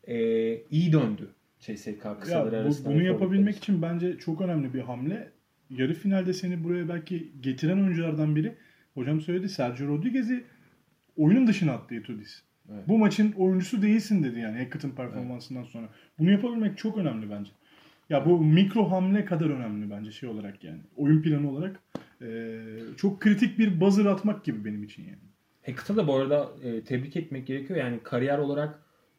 iyi döndü CSK kısaları arasında. Bunu yapabilmek için bence çok önemli bir hamle. Yarı finalde seni buraya belki getiren oyunculardan biri, hocam söyledi, Sergio Rodriguez'i oyunun dışına attı Itudis. Evet. Bu maçın oyuncusu değilsin dedi yani Hackett'ın performansından sonra. Bunu yapabilmek çok önemli bence. Ya bu mikro hamle kadar önemli bence şey olarak yani. Oyun planı olarak çok kritik bir buzzer atmak gibi benim için yani. Hackett'a da bu arada tebrik etmek gerekiyor. Yani kariyer olarak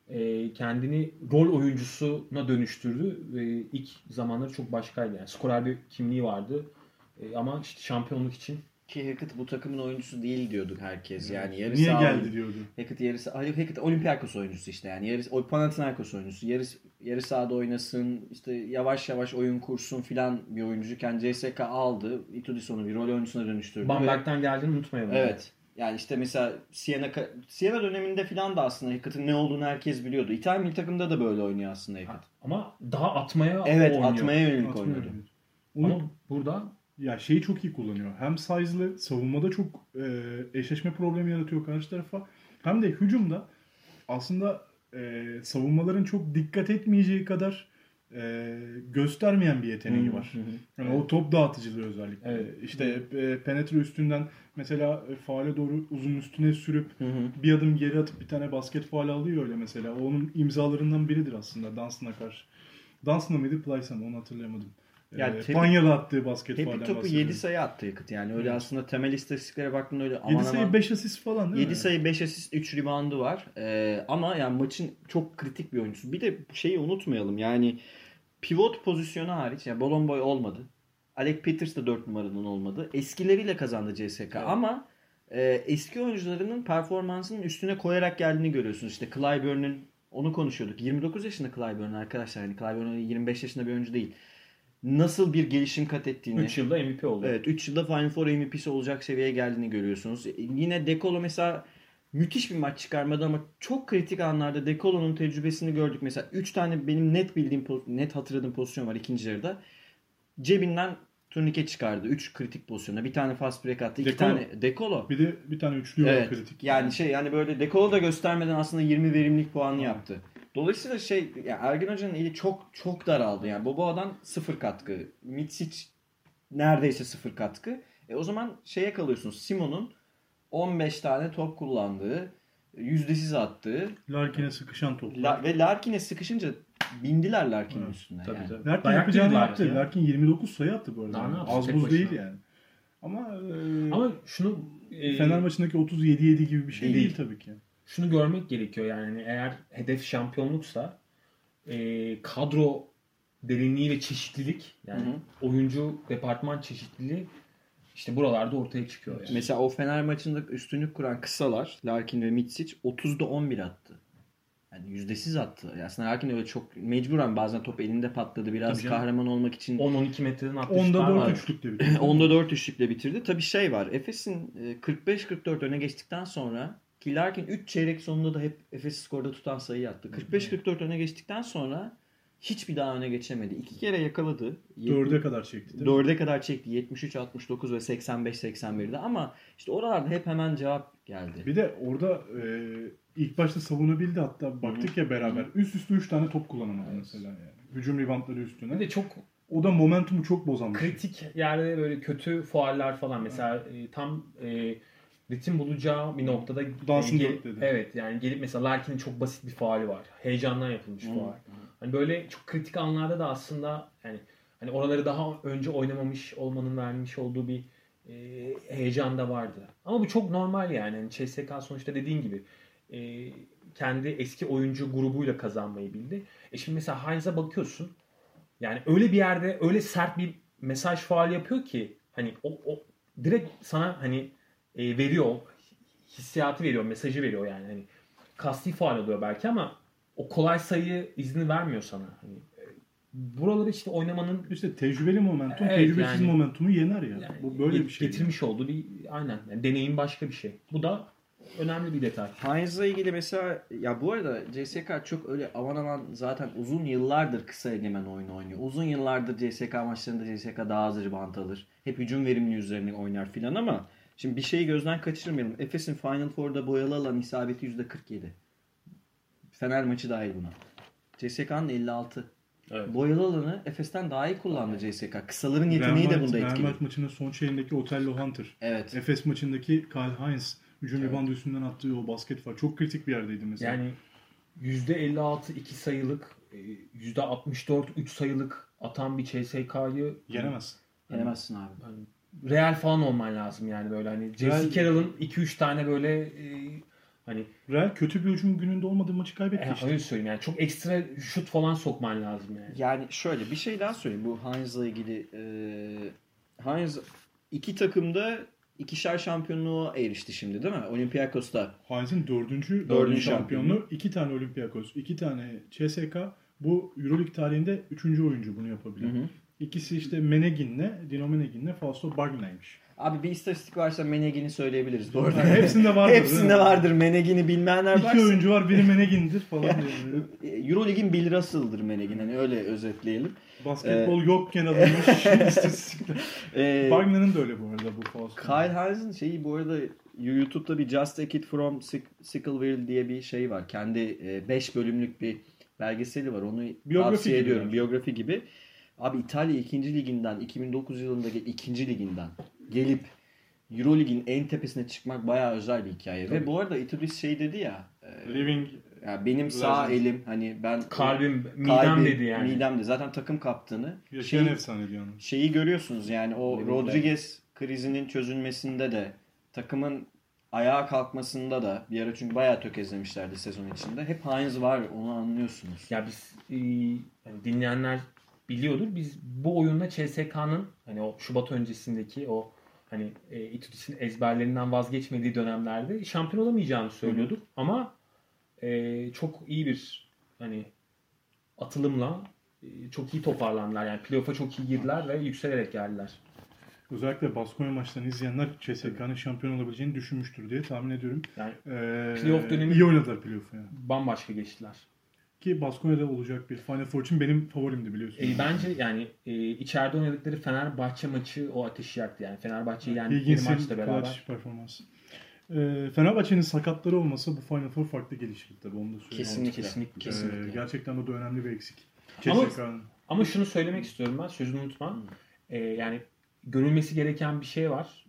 kendini rol oyuncusuna dönüştürdü ve ilk zamanları çok başkaydı. Yani skorer bir kimliği vardı. Ama işte şampiyonluk için Ki Hackett bu takımın oyuncusu değil diyorduk herkes. Yani yarı Niye saha geldi diyordu. Hackett Olympiakos oyuncusu işte yani. Yarı Panathinaikos oyuncusu. Yarı sahada oynasın, işte yavaş yavaş oyun kursun filan bir oyuncuken CSK aldı. Itudis onu bir rol oyuncusuna dönüştürdü. Bamberg'den geldiğini unutmayalım. Evet. Yani işte mesela Siena döneminde filan da aslında Hackett'ın ne olduğunu herkes biliyordu. İtalya milli takımda da böyle oynuyor aslında Hackett. Ama daha atmaya Evet, oynuyor. atmaya yönelik Atmıyor oynuyordu. yani. Ama burada Ya şeyi çok iyi kullanıyor. Hem size'lı, savunmada çok eşleşme problemi yaratıyor karşı tarafa. Hem de hücumda aslında savunmaların çok dikkat etmeyeceği kadar göstermeyen bir yeteneği var. Yani o top dağıtıcılığı özellikle. Evet. İşte penetre üstünden mesela faale doğru uzun üstüne sürüp bir adım geri atıp bir tane basket faali alıyor öyle mesela. O onun imzalarından biridir aslında Dunstan'a karşı. Dunstan'a mıydı, Plyce'a mı onu hatırlayamadım. Yani Panya'da attığı basket Hep faalden bir topu bahsediyorum. 7 sayı attı Hackett yani. Öyle aslında temel istatistiklere baktığında öyle 7 sayı 5 asist falan değil 7 mi? sayı 5 asist 3 reboundu var. Ama yani maçın çok kritik bir oyuncusu. Bir de şeyi unutmayalım yani pivot pozisyonu hariç yani Bolon Boy olmadı. Alec Peters de 4 numaranın olmadı. Eskileriyle kazandı CSK Evet. ama eski oyuncularının performansının üstüne koyarak geldiğini görüyorsunuz. İşte Clyburn'un onu konuşuyorduk. 29 yaşında Clyburn arkadaşlar. Yani Clyburn 25 yaşında bir oyuncu değil. Nasıl bir gelişim kat ettiğini. 3 yılda MVP oldu. Evet 3 yılda Final Four MVP'si olacak seviyeye geldiğini görüyorsunuz. Yine Dekolo mesela müthiş bir maç çıkarmadı ama çok kritik anlarda Dekolo'nun tecrübesini gördük. Mesela 3 tane benim net bildiğim, net hatırladığım pozisyon var ikinci yarıda. Cebinden turnike çıkardı 3 kritik pozisyonda. Bir tane fast break attı. 2 Dekolo. tane Dekolo. Bir tane üçlü var Evet. kritik. Yani böyle Dekolo da göstermeden aslında 20 verimlilik puanı yaptı. Dolayısıyla yani Ergin Hoca'nın eli çok çok daraldı. Yani Boboa'dan 0 katkı. Mitsic neredeyse 0 katkı. O zaman şeye kalıyorsunuz. Simon'un 15 tane top kullandığı, yüzdesiz attığı Larkin'e sıkışan toplar. ve Larkin'e sıkışınca bindiler Larkin'in Evet. üstüne. Tabii yani. tabii. Larkin Dayak yapacağını yediler yaptı. ya. Larkin 29 sayı attı bu arada. Daha ne yapsın Az tek buz başına? değil yani. Ama Ama şunu Fener maçındaki 37-7 gibi bir şey değil tabii ki. şunu görmek gerekiyor yani eğer hedef şampiyonluksa kadro derinliği ve çeşitlilik yani oyuncu departman çeşitliliği işte buralarda ortaya çıkıyor yani. Mesela o Fener maçında üstünlük kuran kısalar Larkin ve Mitsic 30'da 11 attı. Yani yüzdesiz attı. Aslında Larkin öyle çok mecburen bazen top elinde patladı. Biraz Tabii canım. kahraman olmak için 10-12 metreden attığı 10'da şutlar 4 var. üçlükle bitirdi. 10'da 4 üçlükle bitirdi. Tabii şey var. Efes'in 45-44 öne geçtikten sonra ki Larkin 3 çeyrek sonunda da hep Efes'i skorda tutan sayı attı. 45-44 öne geçtikten sonra hiçbir daha öne geçemedi. 2 kere yakaladı. 4'e kadar çekti. değil mi? 4'e kadar çekti. 73-69 ve 85-81'de ama işte oralarda hep hemen cevap geldi. Bir de orada ilk başta savunabildi, hatta baktık ya beraber. Üst üste 3 tane top kullanamadı mesela yani. Hücum reboundları üstüne. Bir de çok O da momentumu çok bozan bir şey. kritik yerde böyle kötü fauller falan mesela tam ritim bulacağı bir noktada Dansın dört dedi. evet yani gelip mesela Larkin'in çok basit bir faali var. Heyecandan yapılmış faul. Hani böyle çok kritik anlarda da aslında yani hani oraları daha önce oynamamış olmanın vermiş olduğu bir heyecan da vardı. Ama bu çok normal yani. Yani CSKA sonuçta dediğin gibi kendi eski oyuncu grubuyla kazanmayı bildi. Şimdi mesela Hines'a bakıyorsun. Yani öyle bir yerde öyle sert bir mesaj faali yapıyor ki hani o direkt sana hani veriyor, hissiyatı veriyor, mesajı veriyor yani. Hani kasti faal oluyor belki ama o kolay sayı izni vermiyor sana. Hani buraları işte oynamanın İşte tecrübeli momentum, Evet, tecrübesiz yani- momentumu yener ya. yani Bu böyle bir şey. getirmiş olduğu bir aynen. Yani deneyim başka bir şey. Bu da önemli bir detay. Hines'la ilgili mesela ya bu arada CSKA çok öyle aman aman zaten uzun yıllardır kısa egemen oyunu oynuyor. Uzun yıllardır CSKA maçlarında CSKA daha az rebound alır. Hep hücum verimli üzerine oynar filan ama şimdi bir şeyi gözden kaçırmayalım. Efes'in Final Four'da boyalı alan isabeti %47. Fener maçı dahil buna. CSKA'nın 56. Evet. Boyalı alanı Efes'ten daha iyi kullandı CSKA. Kısaların yeteneği de bunda Real etkili. Madrid maçının son çeyreğindeki Otello Hunter. Evet. Efes maçındaki Kyle Hines. Hücum reboundu üstünden attığı o basket var. Çok kritik bir yerdeydi mesela. Yani %56 2 sayılık, %64 3 sayılık atan bir CSK'yı Yenemez. Yenemezsin abi. hani real falan olman lazım yani böyle hani Real- Jesse Carroll'ın 2-3 tane böyle hani Real kötü bir hücum gününde olmadığı maçı kaybetti işte. öyle söyleyeyim yani çok ekstra şut falan sokman lazım yani. Yani şöyle bir şey daha söyleyeyim bu Hines'la ilgili. Hines iki takımda ikişer şampiyonluğa erişti şimdi değil mi? Olympiakos'ta. Hines'in dördüncü Dördüncü şampiyonluğu. 2 tane Olympiakos, 2 tane CSKA. Bu Euroleague tarihinde 3. oyuncu bunu yapabilen. Hı hı. İkisi işte Menegin'le, Dino Menegin'le Fausto Bagna'ymış. Abi bir istatistik varsa Menegin'i söyleyebiliriz bu arada. Yani hepsinde vardır. Hepsinde değil mi? vardır. Menegin'i bilmeyenler İki varsa. oyuncu var, biri Menegin'dir falan diyor. Euroleague'in Bill Russell'dır Menegin. Hani öyle özetleyelim. Basketbol yokken alınmış istatistikler. Bagna'nın da öyle bu arada bu Fausto. Kyle Hines'in şeyi bu arada YouTube'da bir Just a Kid from Sickleville diye bir şey var. Kendi 5 bölümlük bir belgeseli var. Onu Biyografi tavsiye gibi ediyorum. yani. Biyografi gibi. Abi İtalya 2. liginden 2009 yılındaki 2. liginden gelip Euroleague'in en tepesine çıkmak bayağı özel bir hikaye. Ve bu arada Itudis şey dedi ya Living ya benim sağ Legend. elim hani ben Kalbim, midem dedi yani. Midemde. Zaten takım kaptanı. yaşayan efsane diyor. Şeyi görüyorsunuz yani o Living Rodriguez krizinin çözülmesinde de takımın ayağa kalkmasında da bir ara çünkü bayağı tökezlemişlerdi sezon içinde. Hep Hines var onu anlıyorsunuz. Ya biz hani dinleyenler biliyordur. Biz bu oyunla CSK'nın hani o Şubat öncesindeki o hani Itudis'in ezberlerinden vazgeçmediği dönemlerde şampiyon olamayacağını söylüyorduk. Ama çok iyi bir hani atılımla çok iyi toparlandılar. Yani playoff'a çok iyi girdiler ve yükselerek geldiler. Özellikle Baskonya maçlarını izleyenler CSK'nın şampiyon olabileceğini düşünmüştür diye tahmin ediyorum. Yani Playoff dönemi- iyi oynadılar playoff'u yani. bambaşka geçtiler. Ki Baskonya'da olacak bir Final Four için benim favorimdi biliyorsun. Bence yani içeride oynadıkları Fenerbahçe maçı o ateşi yaktı. Yani Fenerbahçe'yi yendikleri Higgins'in maçla beraber. clutch performansı. Fenerbahçe'nin sakatları olmasa bu Final Four farklı gelişirdi tabii onu da söyleyeyim. Kesinlikle. Kesinlikle. Kesinlikle. Gerçekten o da önemli bir eksik. Ama- CSK'nın. Ama şunu söylemek istiyorum ben, sözünü unutma. Yani görülmesi gereken bir şey var.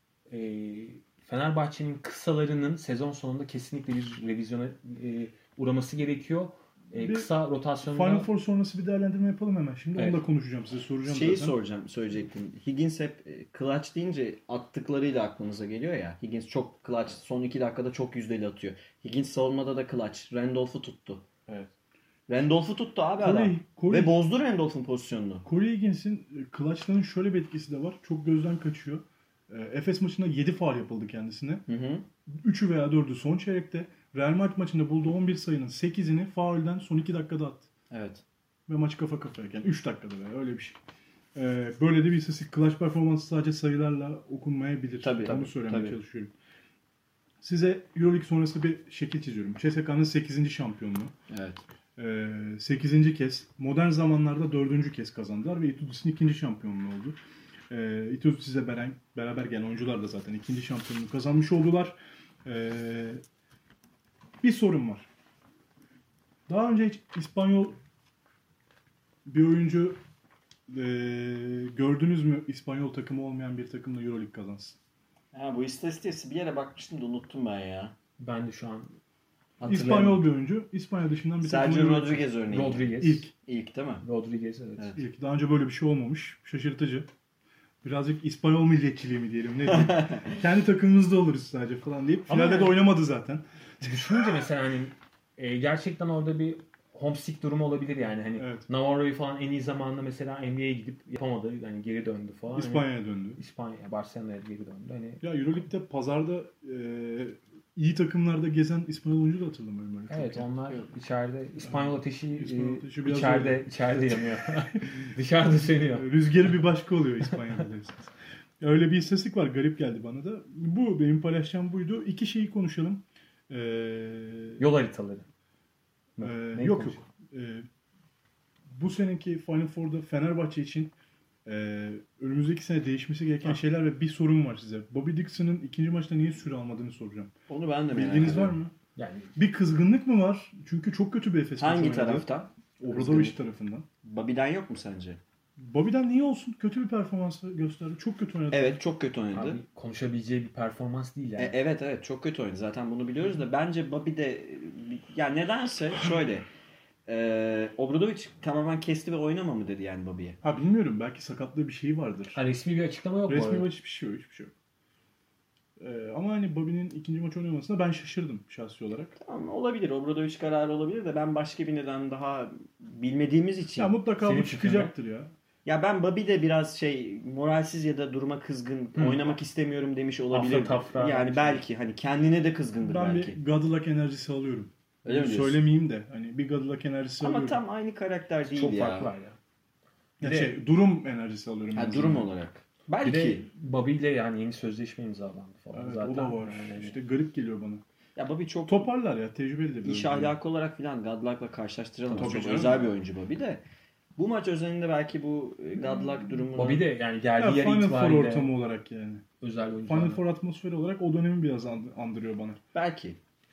Fenerbahçe'nin kısalarının sezon sonunda kesinlikle bir revizyona uğraması gerekiyor. Bir Kısa rotasyonda... Final Four sonrası bir değerlendirme yapalım hemen. Şimdi Evet. onu da konuşacağım. Size soracağım Şeyi zaten. söyleyecektim. Higgins hep clutch deyince attıklarıyla aklımıza geliyor ya. Higgins çok clutch. Son 2 dakikada çok yüzdeli atıyor. Higgins savunmada da clutch. Randolph'u tuttu. Evet. Randolph'u tuttu abi Corey- adam. Corey- Ve bozdu Randolph'un pozisyonunu. Corey Higgins'in clutch'ların şöyle bir etkisi de var. Çok gözden kaçıyor. Efes maçında 7 faul yapıldı kendisine. Hı hı. 3'ü veya 4'ü son çeyrekte. Real Madrid maçında bulduğu 11 sayının 8'ini faulden son 2 dakikada attı. Evet. Ve maç kafa kafayken 3 dakikada veya öyle bir şey. Böyle de bir istatistik. Clutch performansı sadece sayılarla okunmayabilir. Tabii, Onu söylemeye tabii. çalışıyorum. Size Euroleague sonrası bir şekil çiziyorum. CSKA'nın 8. şampiyonluğu. Evet. 8. kez. Modern zamanlarda 4. kez kazandılar ve Itudis'in 2. şampiyonluğu oldu. Itudis'le beraber gelen oyuncular da zaten 2. şampiyonluğu kazanmış oldular. Bir sorun var. Daha önce hiç İspanyol bir oyuncu gördünüz mü, İspanyol takımı olmayan bir takımla Euroleague kazansın? Ha, bu istatistiğe bir yere bakmıştım da unuttum ben ya. Ben de şu an İspanyol bir oyuncu, İspanya dışından bir takımla Sergio Euroleague Rodriguez örneği. Rodriguez. İlk değil mi? Rodriguez evet. Evet. İlk. Daha önce böyle bir şey olmamış. Şaşırtıcı. Birazcık İspanyol milliyetçiliği mi diyelim, ne diyelim. Kendi takımımızda oluruz sadece falan deyip Ama finalde de yani- oynamadı zaten. Düşününce mesela hani gerçekten orada bir homesick durumu olabilir yani. Hani Evet. Navarro'yu falan en iyi zamanında mesela NBA'ye gidip yapamadı. Yani geri döndü falan. Hani İspanya'ya döndü. İspanya, Barcelona'ya geri döndü. Hani Ya Euroleague'de pazarda iyi takımlarda gezen İspanyol oyuncu da hatırlamıyorum öyle. evet çok. onlar içeride İspanyol ateşi, İspanyol ateşi biraz içeride yanıyor. Dışarıda sönüyor. Rüzgarı bir başka oluyor İspanya'da. Öyle bir istatistik var. Garip geldi bana da. Bu benim paylaşacağım buydu. İki şeyi konuşalım. Yol haritaları. Neyi Yok. konuşalım? Bu seneki Final Four'da Fenerbahçe için önümüzdeki sene değişmesi gereken şeyler ve bir sorun var size. Bobby Dixon'ın ikinci maçta niye süre almadığını soracağım. Onu ben de merak Bilginiz var ediyorum. mı? Yani Bir kızgınlık mı var? Çünkü çok kötü bir Efes maçı Hangi oynadı. taraftan? Obradoviç tarafından. Bobby'den yok mu sence? Bobby'den niye olsun? Kötü bir performans gösterdi. Çok kötü oynadı. Evet, çok kötü oynadı. abi, konuşabileceği bir performans değil yani. Evet çok kötü oynadı. Zaten bunu biliyoruz da bence Bobby de ya nedense şöyle Obradovic tamamen kesti ve oynama mı dedi yani Bobby'ye. Ha bilmiyorum. Belki sakatlığı bir şeyi vardır. Ha, resmi bir açıklama yok bu Resmi arada. maç hiçbir şey yok. Hiçbir şey yok. Ama hani Bobby'nin ikinci maç oynamasına ben şaşırdım şahsi olarak. Tamam, olabilir. Obradovic kararı olabilir de ben başka bir neden daha bilmediğimiz için. Ya mutlaka Senin bu çıkacaktır ya. Ya ben Bobby de biraz moralsiz ya da duruma kızgın, oynamak istemiyorum demiş olabilir. Tafra. Yani belki hani kendine de kızgındır Ben belki. bir Godluck enerjisi alıyorum. Öyle mi diyorsun? Söylemeyeyim de hani bir Godluck enerjisi Ama alıyorum. tam aynı karakter değil Çok ya. farklılar ya. Ya Bir de- durum enerjisi alıyorum. Ha, en durum azından. olarak. Bir Belki. de Bobby ile yani yeni sözleşme imzalandı falan Evet, zaten. o da var. Yani İşte garip geliyor bana. Ya Bobby çok Toparlar ya, tecrübeli de bir iş oyuncu. ahlakı olarak filan Godluck'la karşılaştıralım. Tabii Çok canım. özel bir oyuncu Bobby de. Bu maç özelinde belki bu Godluck durumunu... Bobby de yani Ya geldiği yer Final Four itibariyle ortamı olarak yani. özel oyuncu. Final Four atmosferi olarak o dönemi biraz andırıyor bana. Belki.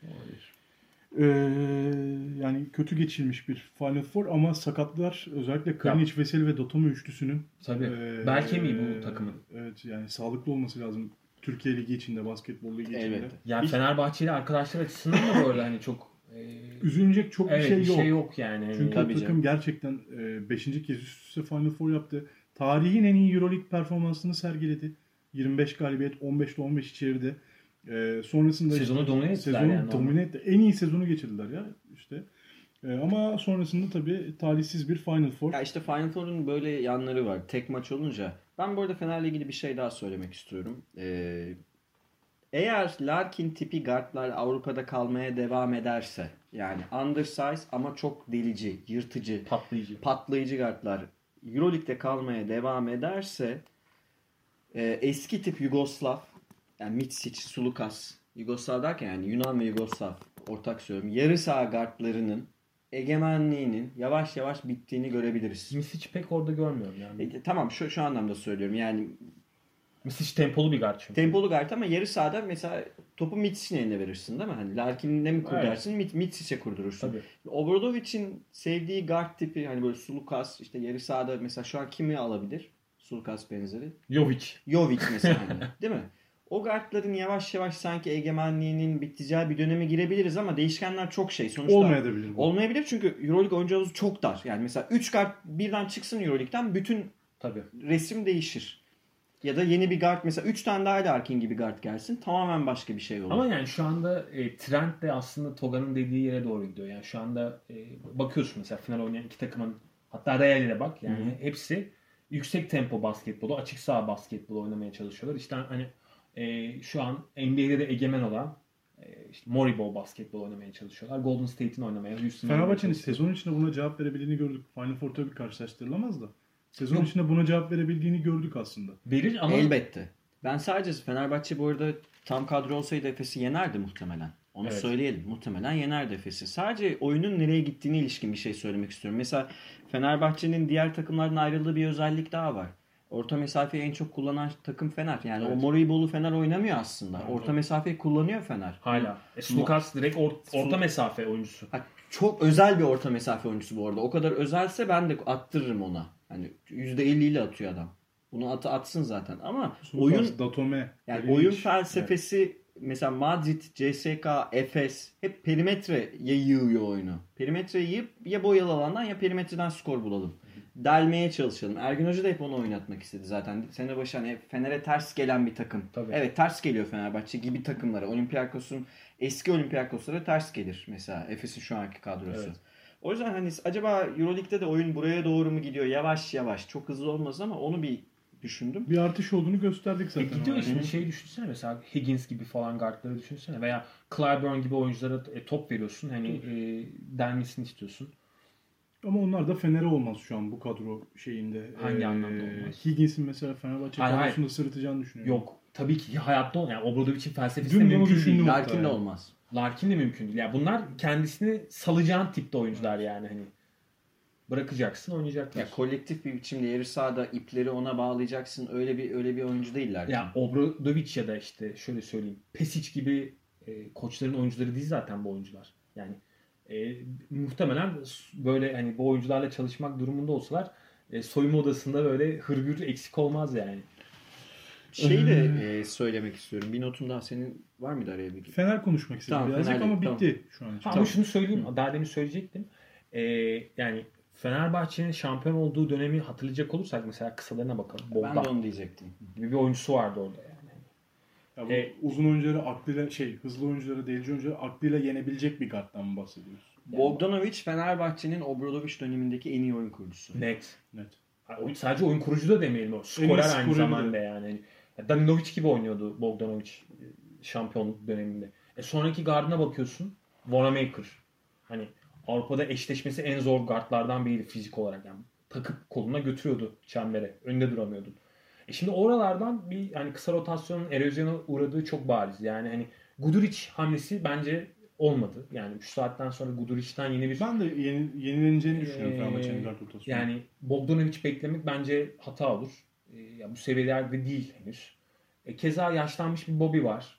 Yani kötü geçilmiş bir Final Four ama sakatlar özellikle Kalinic, Veseli ve Dotome üçlüsünün Tabii. Bel kemiği bu takımın. Evet yani sağlıklı olması lazım. Türkiye Ligi içinde, basketbol ligi içinde. Elbette. Yani Fenerbahçeli arkadaşlar açısından da böyle hani çok Üzülecek çok evet, bir şey yok. yok yani. Hani Çünkü Tabii takım canım. gerçekten 5. kez üst üste Final Four yaptı. Tarihin en iyi Euroleague performansını sergiledi. 25 galibiyet, 15'te 15 içeride. Sonrasında Sezonu domine ettiler sezonu yani. domine etti. En iyi sezonu geçirdiler ya işte. Ama sonrasında tabii talihsiz bir Final Four. Ya işte Final Four'un böyle yanları var. Tek maç olunca. Ben bu arada Fener'le ilgili bir şey daha söylemek istiyorum. Eğer Larkin tipi guardlar Avrupa'da kalmaya devam ederse yani undersize ama çok delici, yırtıcı, patlayıcı guardlar Euroleague'de kalmaya devam ederse eski tip Yugoslav yani Mitsic, Sulukas Yugoslav derken yani Yunan ve Yugoslav ortak söylüyorum. Yarı saha guardlarının egemenliğinin yavaş yavaş bittiğini görebiliriz. Misic pek orada görmüyorum yani. Tamam şu anlamda söylüyorum yani Misic tempolu bir guard çünkü. tempolu guard ama yarı sahada mesela topu Mitsic'in eline verirsin değil mi? Hani Larkin'le mi kur Evet. dersin Mitsic'e kurdurursun. Tabii. Obradovic'in sevdiği guard tipi hani böyle Sulukas işte yarı sahada mesela şu an kimi alabilir? Sulukas benzeri. Jovic. Jovic mesela hani, değil mi? O guardların yavaş yavaş sanki egemenliğinin biteceği bir döneme girebiliriz ama değişkenler çok şey. Sonuçta Olmayabilir bu. olmayabilir çünkü Euroleague oyuncu havuzu çok dar. Yani mesela 3 guard birden çıksın Euroleague'den bütün Tabii. resim değişir. Ya da yeni bir guard mesela 3 tane daha Larkin gibi guard gelsin tamamen başka bir şey olur. Ama yani şu anda trend de aslında Toga'nın dediği yere doğru gidiyor. Yani şu anda bakıyorsun mesela final oynayan iki takımın hatta Real'e bak yani hepsi yüksek tempo basketbolu, açık saha basketbolu oynamaya çalışıyorlar. İşte hani şu an NBA'de de egemen olan işte Moriball basketbol oynamaya çalışıyorlar. Golden State'in oynamaya, Houston'ın oynamaya Fenerbahçe'nin çalışıyorlar. sezon içinde buna cevap verebildiğini gördük. Final Four tabii karşılaştırılamaz da. Sezon Yok. içinde buna cevap verebildiğini gördük aslında. Verir ama Elbette. Ben sadece Fenerbahçe bu arada tam kadro olsaydı Efes'i yenerdi muhtemelen. Onu Evet. söyleyelim. Muhtemelen yenerdi Efes'i. Sadece oyunun nereye gittiğine ilişkin bir şey söylemek istiyorum. Mesela Fenerbahçe'nin diğer takımlardan ayrıldığı bir özellik daha var. Orta mesafeyi en çok kullanan takım Fener. Yani o Moribolu Fener oynamıyor aslında. Orta mesafeyi kullanıyor Fener. hala. Slukas direkt orta mesafe oyuncusu. Ha, çok özel bir orta mesafe oyuncusu bu arada. O kadar özelse ben de attırırım ona. Hani %50 ile atıyor adam. Bunu atsın zaten ama oyun Datome, yani Perilic. oyun felsefesi mesela Madrid, CSKA, Efes hep perimetreye yığıyor oyunu. Perimetreye yığıp ya boyalı alandan ya perimetreden skor bulalım. Delmeye çalışalım. Ergin Hoca da hep onu oynatmak istedi zaten. Sene başı hani Fener'e ters gelen bir takım. Tabii. Evet ters geliyor Fenerbahçe gibi takımlara. Olympiakos'un eski Olympiakos'lara ters gelir mesela Efes'in şu anki kadrosu. Evet. O yüzden hani acaba Euroleague'de de oyun buraya doğru mu gidiyor? Yavaş yavaş. Çok hızlı olmaz ama onu bir düşündüm. Bir artış olduğunu gösterdik zaten. Gidiyor o şimdi yani. şey düşünsene mesela Higgins gibi falan guardları düşünsene veya Clyburn gibi oyunculara top veriyorsun hani delmesini istiyorsun. Ama onlar da Fener'e olmaz şu an bu kadro şeyinde. Hangi anlamda olmaz? Higgins'in mesela Fenerbahçe Hayır, kadrosunda sırıtacağını düşünüyorum. Yok tabii ki hayatta yani Obradovic'in felsefesi de Dün bunu mümkün değil. düşündüm. Larkin de yani. olmaz. Larkin de mümkün değil. Yani bunlar kendisini salacağın tipte oyuncular yani hani. Bırakacaksın oynayacaklar. Ya kolektif bir biçimde yarı sahada ipleri ona bağlayacaksın. Öyle bir oyuncu değiller. Ya Obradovic ya da işte şöyle söyleyeyim. Pesic gibi koçların oyuncuları değil zaten bu oyuncular. Yani muhtemelen böyle hani bu oyuncularla çalışmak durumunda olsalar soyunma odasında böyle hırgür eksik olmaz yani. Şey de söylemek istiyorum. Bir notum daha senin var mıydı araya bir? Fener konuşmak istedim Tamam, birazcık Fener'le, ama bitti şu an için. Ama şunu söyleyeyim. Daha demin söyleyecektim. Yani Fenerbahçe'nin şampiyon olduğu dönemi hatırlayacak olursak mesela kısalarına bakalım. Ben de Bogdan onu diyecektim. gibi bir oyuncusu vardı orada yani. Ya bu uzun oyuncuları aklıyla hızlı oyuncuları, delici oyuncuları aklıyla yenebilecek bir guard'dan mı bahsediyoruz? Bogdanovic Fenerbahçe'nin Obradovic dönemindeki en iyi oyun kurucusu. Net. Net. Sadece oyun kurucu da demeyelim o. Skorer aynı skorer zamanda de. yani. Danilovic gibi oynuyordu Bogdanovic şampiyonluk döneminde. Sonraki gardına bakıyorsun. Wanamaker. Hani Avrupa'da eşleşmesi en zor guardlardan biriydi fizik olarak. Yani takıp koluna götürüyordu çembere. Önünde duramıyordun. Şimdi oralardan bir hani kısa rotasyonun erozyona uğradığı çok bariz. Yani hani Guduric hamlesi bence olmadı. Yani şu saatten sonra Guduric'ten yeni bir Ben de yenileneceğini düşünüyorum Fenerbahçe'nin guard rotasyonu. yani Bogdanovic beklemek bence hata olur. Ya bu seviyelerde değil henüz. Keza yaşlanmış bir Bobby var.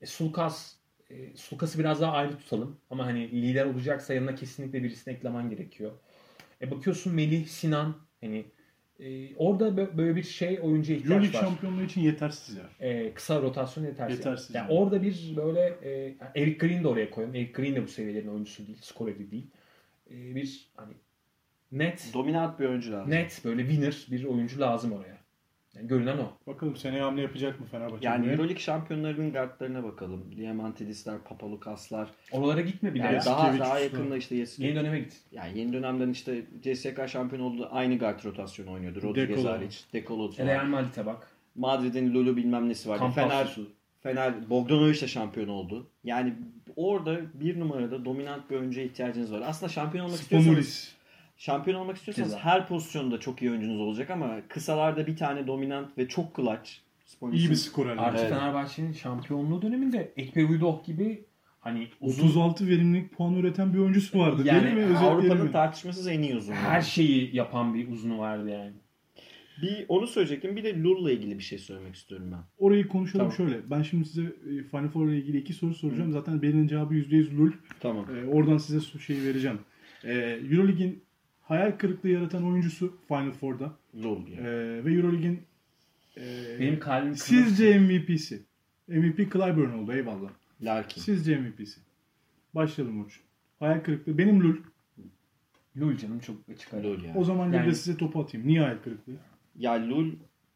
Sulkas'ı biraz daha ayrı tutalım. Ama hani lider olacaksa yanına kesinlikle birisini eklemen gerekiyor. Bakıyorsun Melih, Sinan hani orada böyle bir şey oyuncuya ihtiyaç Euroleague var. şampiyonluğu için yetersiz ya. Kısa rotasyon yetersiz. Yetersiz Yani yani. orada bir böyle Eric Green de oraya koyalım. Eric Green de bu seviyelerin oyuncusu değil. Skoreri değil. Bir hani net Dominant bir oyuncu lazım. böyle winner bir oyuncu lazım oraya. Yani görünen o. Bakalım seneye hamle yapacak mı Fenerbahçe? Yani buraya? Euroleague şampiyonlarının guardlarına bakalım. Diamantidisler, Papalucaslar. Oralara gitme bile. Yani ya. daha Yasikevicius'lar. yakında işte Yeni döneme git. yani yeni dönemden işte CSKA şampiyon oldu. Aynı guard rotasyonu oynuyordu. Rodriguez Dekolo. hariç. Dekolo Real Madrid'e bak. Madrid'in Lulu bilmem nesi vardı. Campazzo'su. Fener Bogdanovic de şampiyon oldu. Yani orada bir numarada dominant bir oyuncuya ihtiyacınız var. Aslında şampiyon olmak istiyorsanız Spanulis. Şampiyon olmak istiyorsanız Ceza. her pozisyonda çok iyi oyuncunuz olacak ama kısalarda bir tane dominant ve çok clutch. İyi bir skorer. Artı Evet. Fenerbahçe'nin şampiyonluğu döneminde Ekpe Uydok gibi hani uzun 36 verimlilik puan üreten bir oyuncusu vardı. Yani değil mi? Özetleyelim Avrupa'nın mi? tartışmasız en iyi uzunu. her şeyi yapan bir uzunu vardı yani. Bir onu söyleyecektim. Bir de Lul'la ilgili bir şey söylemek istiyorum ben. Orayı konuşalım Tamam. şöyle. Ben şimdi size Final Four ile ilgili 2 soru soracağım. Zaten birinin cevabı %100 Lul. Tamam. Oradan size şey vereceğim. Euroleague'in hayal kırıklığı yaratan oyuncusu Final Four'da. Lul yani. Ve Euroleague'in Benim kalbim sizce MVP'si. MVP Clyburn oldu eyvallah. Larkin. Sizce MVP'si. Başlayalım Orçun. Hayal kırıklığı. Benim Lul. Lul canım çok açık ara. Lul yani. O zaman Yani- de size topu atayım. Niye hayal kırıklığı? Ya Lul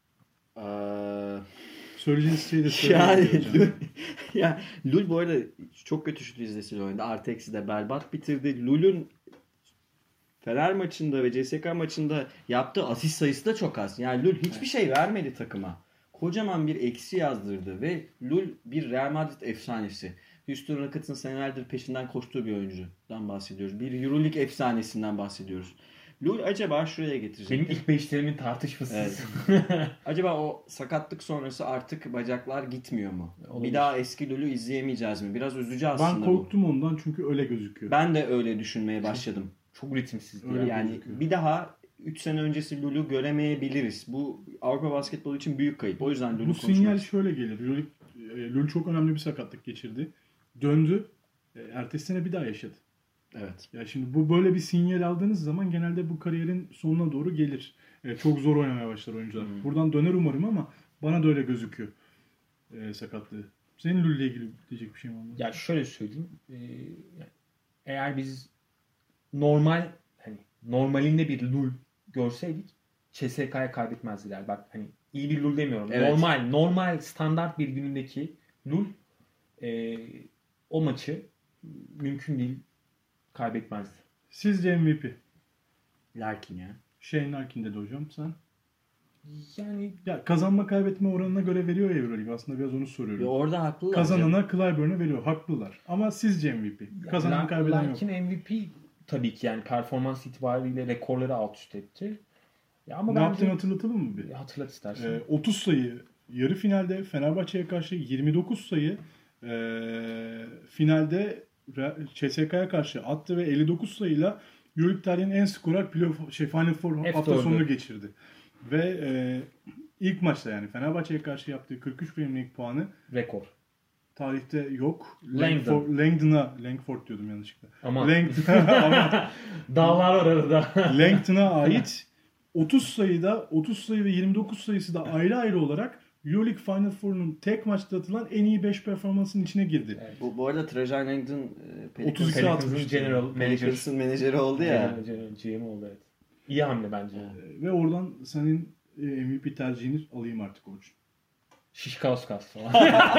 Söyleyeceğiniz şeyi de yani söyleyin. ya Lul bu arada çok kötü şut yüzdesiyle oynadı. Artı eksi de berbat bitirdi. Lul'ün Fener maçında ve CSKA maçında yaptığı asist sayısı da çok az. Yani Lul hiçbir şey vermedi takıma. Kocaman bir eksi yazdırdı ve Lul bir Real Madrid efsanesi. Houston Rockets'ın senelerdir peşinden koştuğu bir oyuncudan bahsediyoruz. Bir Euroleague efsanesinden bahsediyoruz. Lul acaba şuraya getirecek. Benim ilk beşlerimin tartışmasız. Evet. Acaba o sakatlık sonrası artık bacaklar gitmiyor mu? Olabilir. Bir daha eski Lul'ü izleyemeyeceğiz mi? Biraz üzücü aslında Ben korktum ondan çünkü öyle gözüküyor. Ben de öyle düşünmeye başladım. Çok ritimsizdi. Öyle Yani. Yani gözüküyor. bir daha 3 sene öncesi Lul'ü göremeyebiliriz. Bu Avrupa basketbolu için büyük kayıp. O yüzden Lul'ü Bu konuşmak sinyal istiyorum. şöyle gelir. Lul çok önemli bir sakatlık geçirdi. Döndü. Ertesi sene bir daha yaşadı. Evet. Ya şimdi bu böyle bir sinyal aldığınız zaman genelde bu kariyerin sonuna doğru gelir. Çok zor oynamaya başlar oyuncular. Buradan döner umarım ama bana da öyle gözüküyor sakatlığı. Senin Lul'le ilgili diyecek bir şey mi olmadı? Ya şöyle söyleyeyim. Eğer biz normalinde bir Lul görseydik CSK'ya kaybetmezdiler. Bak hani iyi bir Lul demiyorum. Evet. Normal standart bir günündeki Lul o maçı mümkün değil kaybetmezdi. Sizce MVP? Larkin ya. Shane Larkin dedi hocam sen. Yani Ya kazanma kaybetme oranına göre veriyor ya Euroleague. Aslında biraz onu soruyorum. Orada haklılar. Kazanana Clyburn'a veriyor. Haklılar. Ama sizce MVP? Kazanan kaybeden yok. Larkin MVP tabii ki yani performans itibariyle rekorları alt üst etti. Ya ama Ne bence yaptığını hatırlatalım mı bir? hatırlat istersen. 30 sayı yarı finalde Fenerbahçe'ye karşı, 29 sayı finalde CSK'ya karşı attı ve 59 sayıyla Euroleague tarihinin en skorer Final Four hafta F4'ü. sonunu geçirdi. Ve ilk maçta yani Fenerbahçe'ye karşı yaptığı 43 verimlilik puanı Rekor. tarihte yok. Langdon. Langford diyordum yanlışlıkla. Ama Langdon'a dağlar var arada. Langton'a ait 30 sayı ve 29 sayısı da ayrı ayrı olarak Euroleague Final Four'un tek maçta atılan en iyi 5 performansının içine girdi. Evet. Bu arada Trajan Langdon 32 Pelicans'ın atmıştı. general manager. Pelicans'ın menajeri oldu ya. GM oldu evet. İyi hamle bence. Ve oradan senin MVP tercihini alayım artık Orçun. Şişkauskas falan.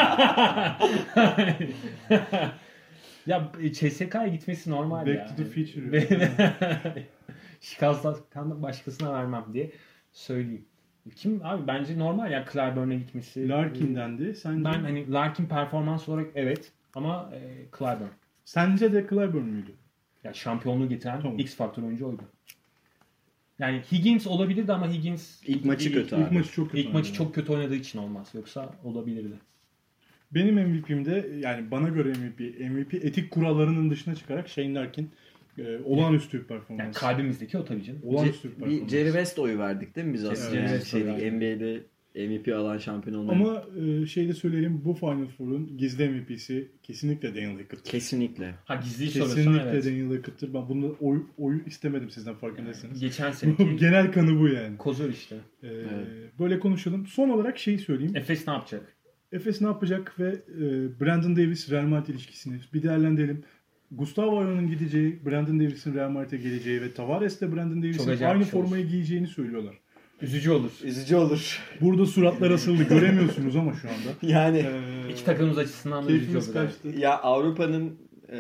Ya CSK'ya gitmesi normal Back ya. to the future. Şişkauskas başkasına vermem diye söyleyeyim. Kim abi bence normal ya Clyburn'a gitmesi. Larkin'dendi. Sence, Ben hani Larkin performans olarak evet ama Clyburn. sence de Clyburn müydü? Ya şampiyonluğu getiren Tamam. X faktör oyuncu oydu. Yani Higgins olabilirdi ama Higgins İlk maçı kötü abi. İlk maçı çok kötü. İlk maçı oynadı. çok kötü oynadığı için olmaz. Yoksa olabilirdi. Benim MVP'mde yani bana göre MVP etik kurallarının dışına çıkarak Shane Larkin olağanüstü bir performans. Yani kalbimizdeki o tabii canım. Olağanüstü bir Bir performans. Jerry West oyu verdik değil mi biz aslında? Jerry Yani West oyu verdik. NBA'de MVP alan şampiyon olmayan. Ama şey de söyleyeyim, bu Final Four'un gizli MVP'si kesinlikle Daniel Hackett'tir. Kesinlikle. Ha gizli soruyorsan Kesinlikle evet. Daniel Hackett'tir. Ben bunu oy istemedim sizden farkındaysanız. Geçen seneki Genel kanı bu yani. Kozor işte. Böyle konuşalım. Son olarak şeyi söyleyeyim. Efes ne yapacak? Efes ne yapacak ve Brandon Davis Real Madrid ilişkisini bir değerlendirelim. Gustavo Ayon'un gideceği, Brandon Davis'in Real Madrid'e geleceği ve Tavares de Brandon Davis'in acayip aynı bir şey olur. formayı giyeceğini söylüyorlar. Üzücü olur. Üzücü olur. Burada suratlar asıldı. Göremiyorsunuz ama şu anda. Yani İki takımımız açısından da üzücü Keyfimiz olur. kaçtı. ya Avrupa'nın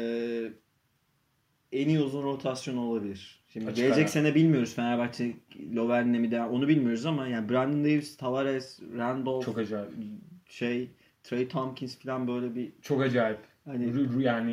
en iyi uzun rotasyonu olabilir. Şimdi Açık gelecek ara. sene bilmiyoruz Fenerbahçe Lovren'le mi devam onu bilmiyoruz ama yani Brandon Davis, Tavares, Randolph, Çok acayip. Trey Tompkins falan böyle bir Çok acayip. hani Yani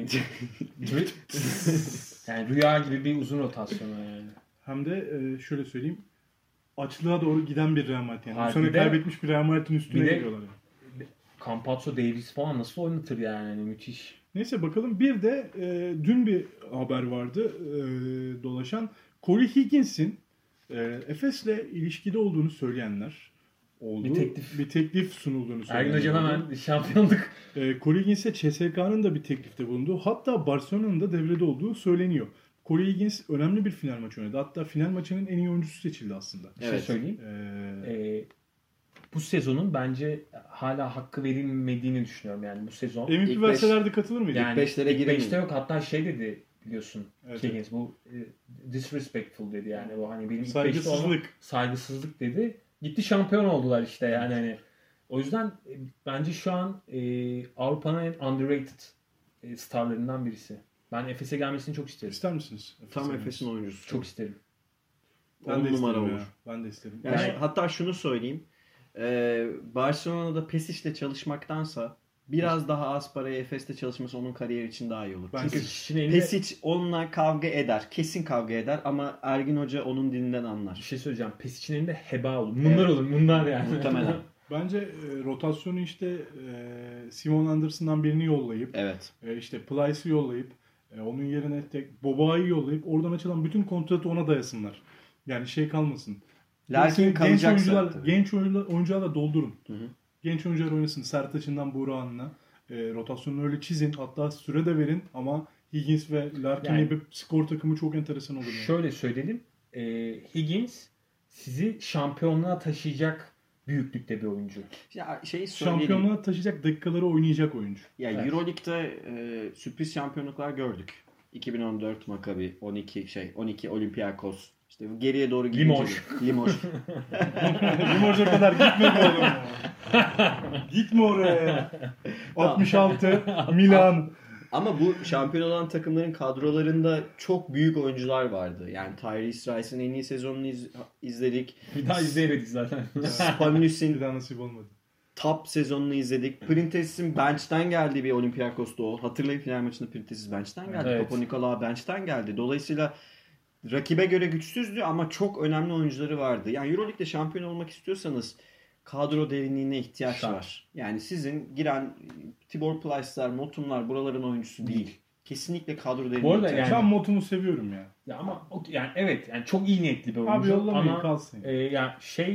yani rüya gibi bir uzun rotasyonu yani. Hem de şöyle söyleyeyim. Açlığa doğru giden bir Real Madrid. Yani. Ha, Bu sene bir de- kaybetmiş bir Real Madrid'in üstüne bir de- geliyorlar. Yani. Campazzo Davis falan nasıl oynatır yani müthiş. Neyse bakalım. Bir de dün bir haber vardı dolaşan. Corey Higgins'in Efes'le ilişkide olduğunu söyleyenler oldu. Bir teklif. sunulduğunu Ergin söyleyenler Hocam oldu. hemen şampiyonluk. Corey Higgins'e CSK'nın da bir teklifte bulunduğu, hatta Barcelona'nın da devrede olduğu söyleniyor. Corey Higgins önemli bir final maçı oynadı. Hatta final maçının en iyi oyuncusu seçildi aslında. Bir şey Evet. söyleyeyim. Bu sezonun bence hala hakkı verilmediğini düşünüyorum yani bu sezon. MVP İlk verselerdi katılır mıydı? Yani beşlere ilk giremeyin. beşte yok. Hatta şey dedi biliyorsun. Evet, Higgins bu disrespectful dedi yani. Bu hani benim ilk beşte olmam- Saygısızlık. saygısızlık dedi. Gitti şampiyon oldular işte yani hani. O yüzden bence şu an Avrupa'nın en underrated starlarından birisi. Ben Efes'e gelmesini çok isterim. İster misiniz? Tam Efes'in oyuncusu. Çok isterim. Ben 10 de numara isterim olur. ya. Ben de isterim. Yani hatta şunu söyleyeyim. Barcelona'da Pesic'le çalışmaktansa biraz daha az paraya Efes'te çalışması onun kariyeri için daha iyi olur. Ben Çünkü Pesic'in elinde- Pesic onunla kavga eder. Kesin kavga eder ama Ergin Hoca onun dilinden Bir anlar. şey söyleyeceğim. Pesic'in elinde heba olur. Bunlar olur. Bunlar yani. Muhtemelen. Bence rotasyonu işte Simon Anderson'dan birini yollayıp Evet. işte Plyce'ı yollayıp onun yerine tek Boba'yı yollayıp oradan açılan bütün kontratı ona dayasınlar. Yani şey kalmasın. Larkin Genç kalacaksa oyuncular, tabii. genç oyuncularla doldurun. Hı hı. Genç oyuncular oynasın. Sertaç'ından Buğra'nına. Rotasyonunu öyle çizin. Hatta süre de verin ama Higgins ve Larkin Yani- gibi skor takımı çok enteresan olur. Yani. Şöyle söyleyelim. Higgins sizi şampiyonluğa taşıyacak büyüklükte bir oyuncu. Ya şeyi söyleyelim. Şampiyonluğa taşıyacak dakikaları oynayacak oyuncu. Ya Evet. Euroleague'de sürpriz şampiyonluklar gördük. 2014 Maccabi, 12 Olympiakos. İşte geriye doğru gidince Limoges. Limoges. Limoges'e kadar gitme be oğlum ya. Gitme oraya. 66 Milan. Ama bu şampiyon olan takımların kadrolarında çok büyük oyuncular vardı. Yani Tyrese Rice'ın en iyi sezonunu izledik. Bir daha izleyemedik zaten. Bir Spanulis'in daha nasip olmadı. top sezonunu izledik. Printez'in bench'ten geldiği bir Olympiakos'ta o. Hatırlayın final maçında Printez bench'ten geldi. Evet. Papanikolaou bench'ten geldi. Dolayısıyla rakibe göre güçsüzdü ama çok önemli oyuncuları vardı. Yani Euroleague'de şampiyon olmak istiyorsanız kadro derinliğine ihtiyaç Şart. var. Yani sizin giren Tibor Plyce'lar, Motum'lar buraların oyuncusu değil. Kesinlikle kadro derinliğine Bu arada ihtiyaç yani- Ben Motum'u seviyorum ya. Ya ama yani evet yani çok iyi niyetli bir oyuncu. Abi yollamayın ama kalsın. yani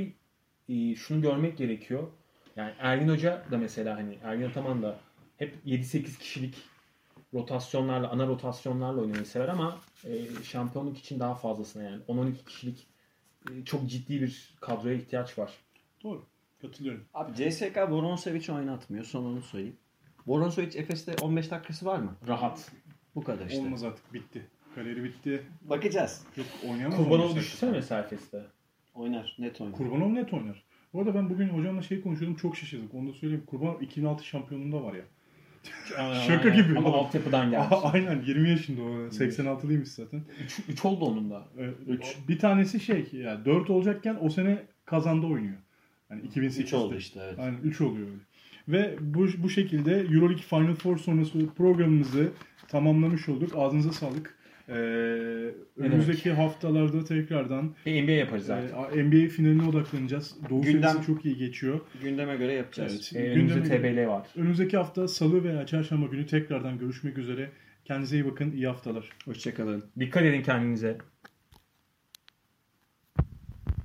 şunu görmek gerekiyor. Yani Ergin Hoca da mesela hani Ergin Ataman da hep 7-8 kişilik rotasyonlarla, ana rotasyonlarla oynamayı sever ama şampiyonluk için daha fazlasına yani 10-12 kişilik çok ciddi bir kadroya ihtiyaç var. Doğru. Katılıyorum. Abi CSK Voronsevic oynatmıyor. Son onu söyleyeyim. Voronsevic Efes'te 15 dakikası var mı? Rahat. Bu kadar işte. Olmaz artık. Bitti. Kariyeri bitti. Bakacağız. Yok oynayamaz. Kurbanov olmaz. düşünsene mesela Efes'te. Oynar. Net oynar. Kurbanov net oynar. Bu arada ben bugün hocamla konuşuyordum. Çok şaşırdık. Onu da söyleyeyim. Kurbanov 2006 şampiyonluğunda var ya. Şaka gibi Ama oğlum. altyapıdan gelmiş. Aynen 20 yaşında o. 86'lıymış zaten. 3 oldu onun da. Bir tanesi ya 4 olacakken o sene kazanda oynuyor. Yani 2008'de. 3 oldu işte evet. Aynen 3 oluyor öyle. Ve bu şekilde EuroLeague Final Four sonrası programımızı tamamlamış olduk. Ağzınıza sağlık. Önümüzdeki haftalarda tekrardan Bir NBA yaparız artık. NBA finaline odaklanacağız. Doğu Gündem- serisi çok iyi geçiyor. Gündeme göre yapacağız. Evet. Önümüzde Gündeme- TBL var. Önümüzdeki hafta Salı veya Çarşamba günü tekrardan görüşmek üzere. Kendinize iyi bakın. İyi haftalar. Hoşçakalın. Dikkat edin kendinize.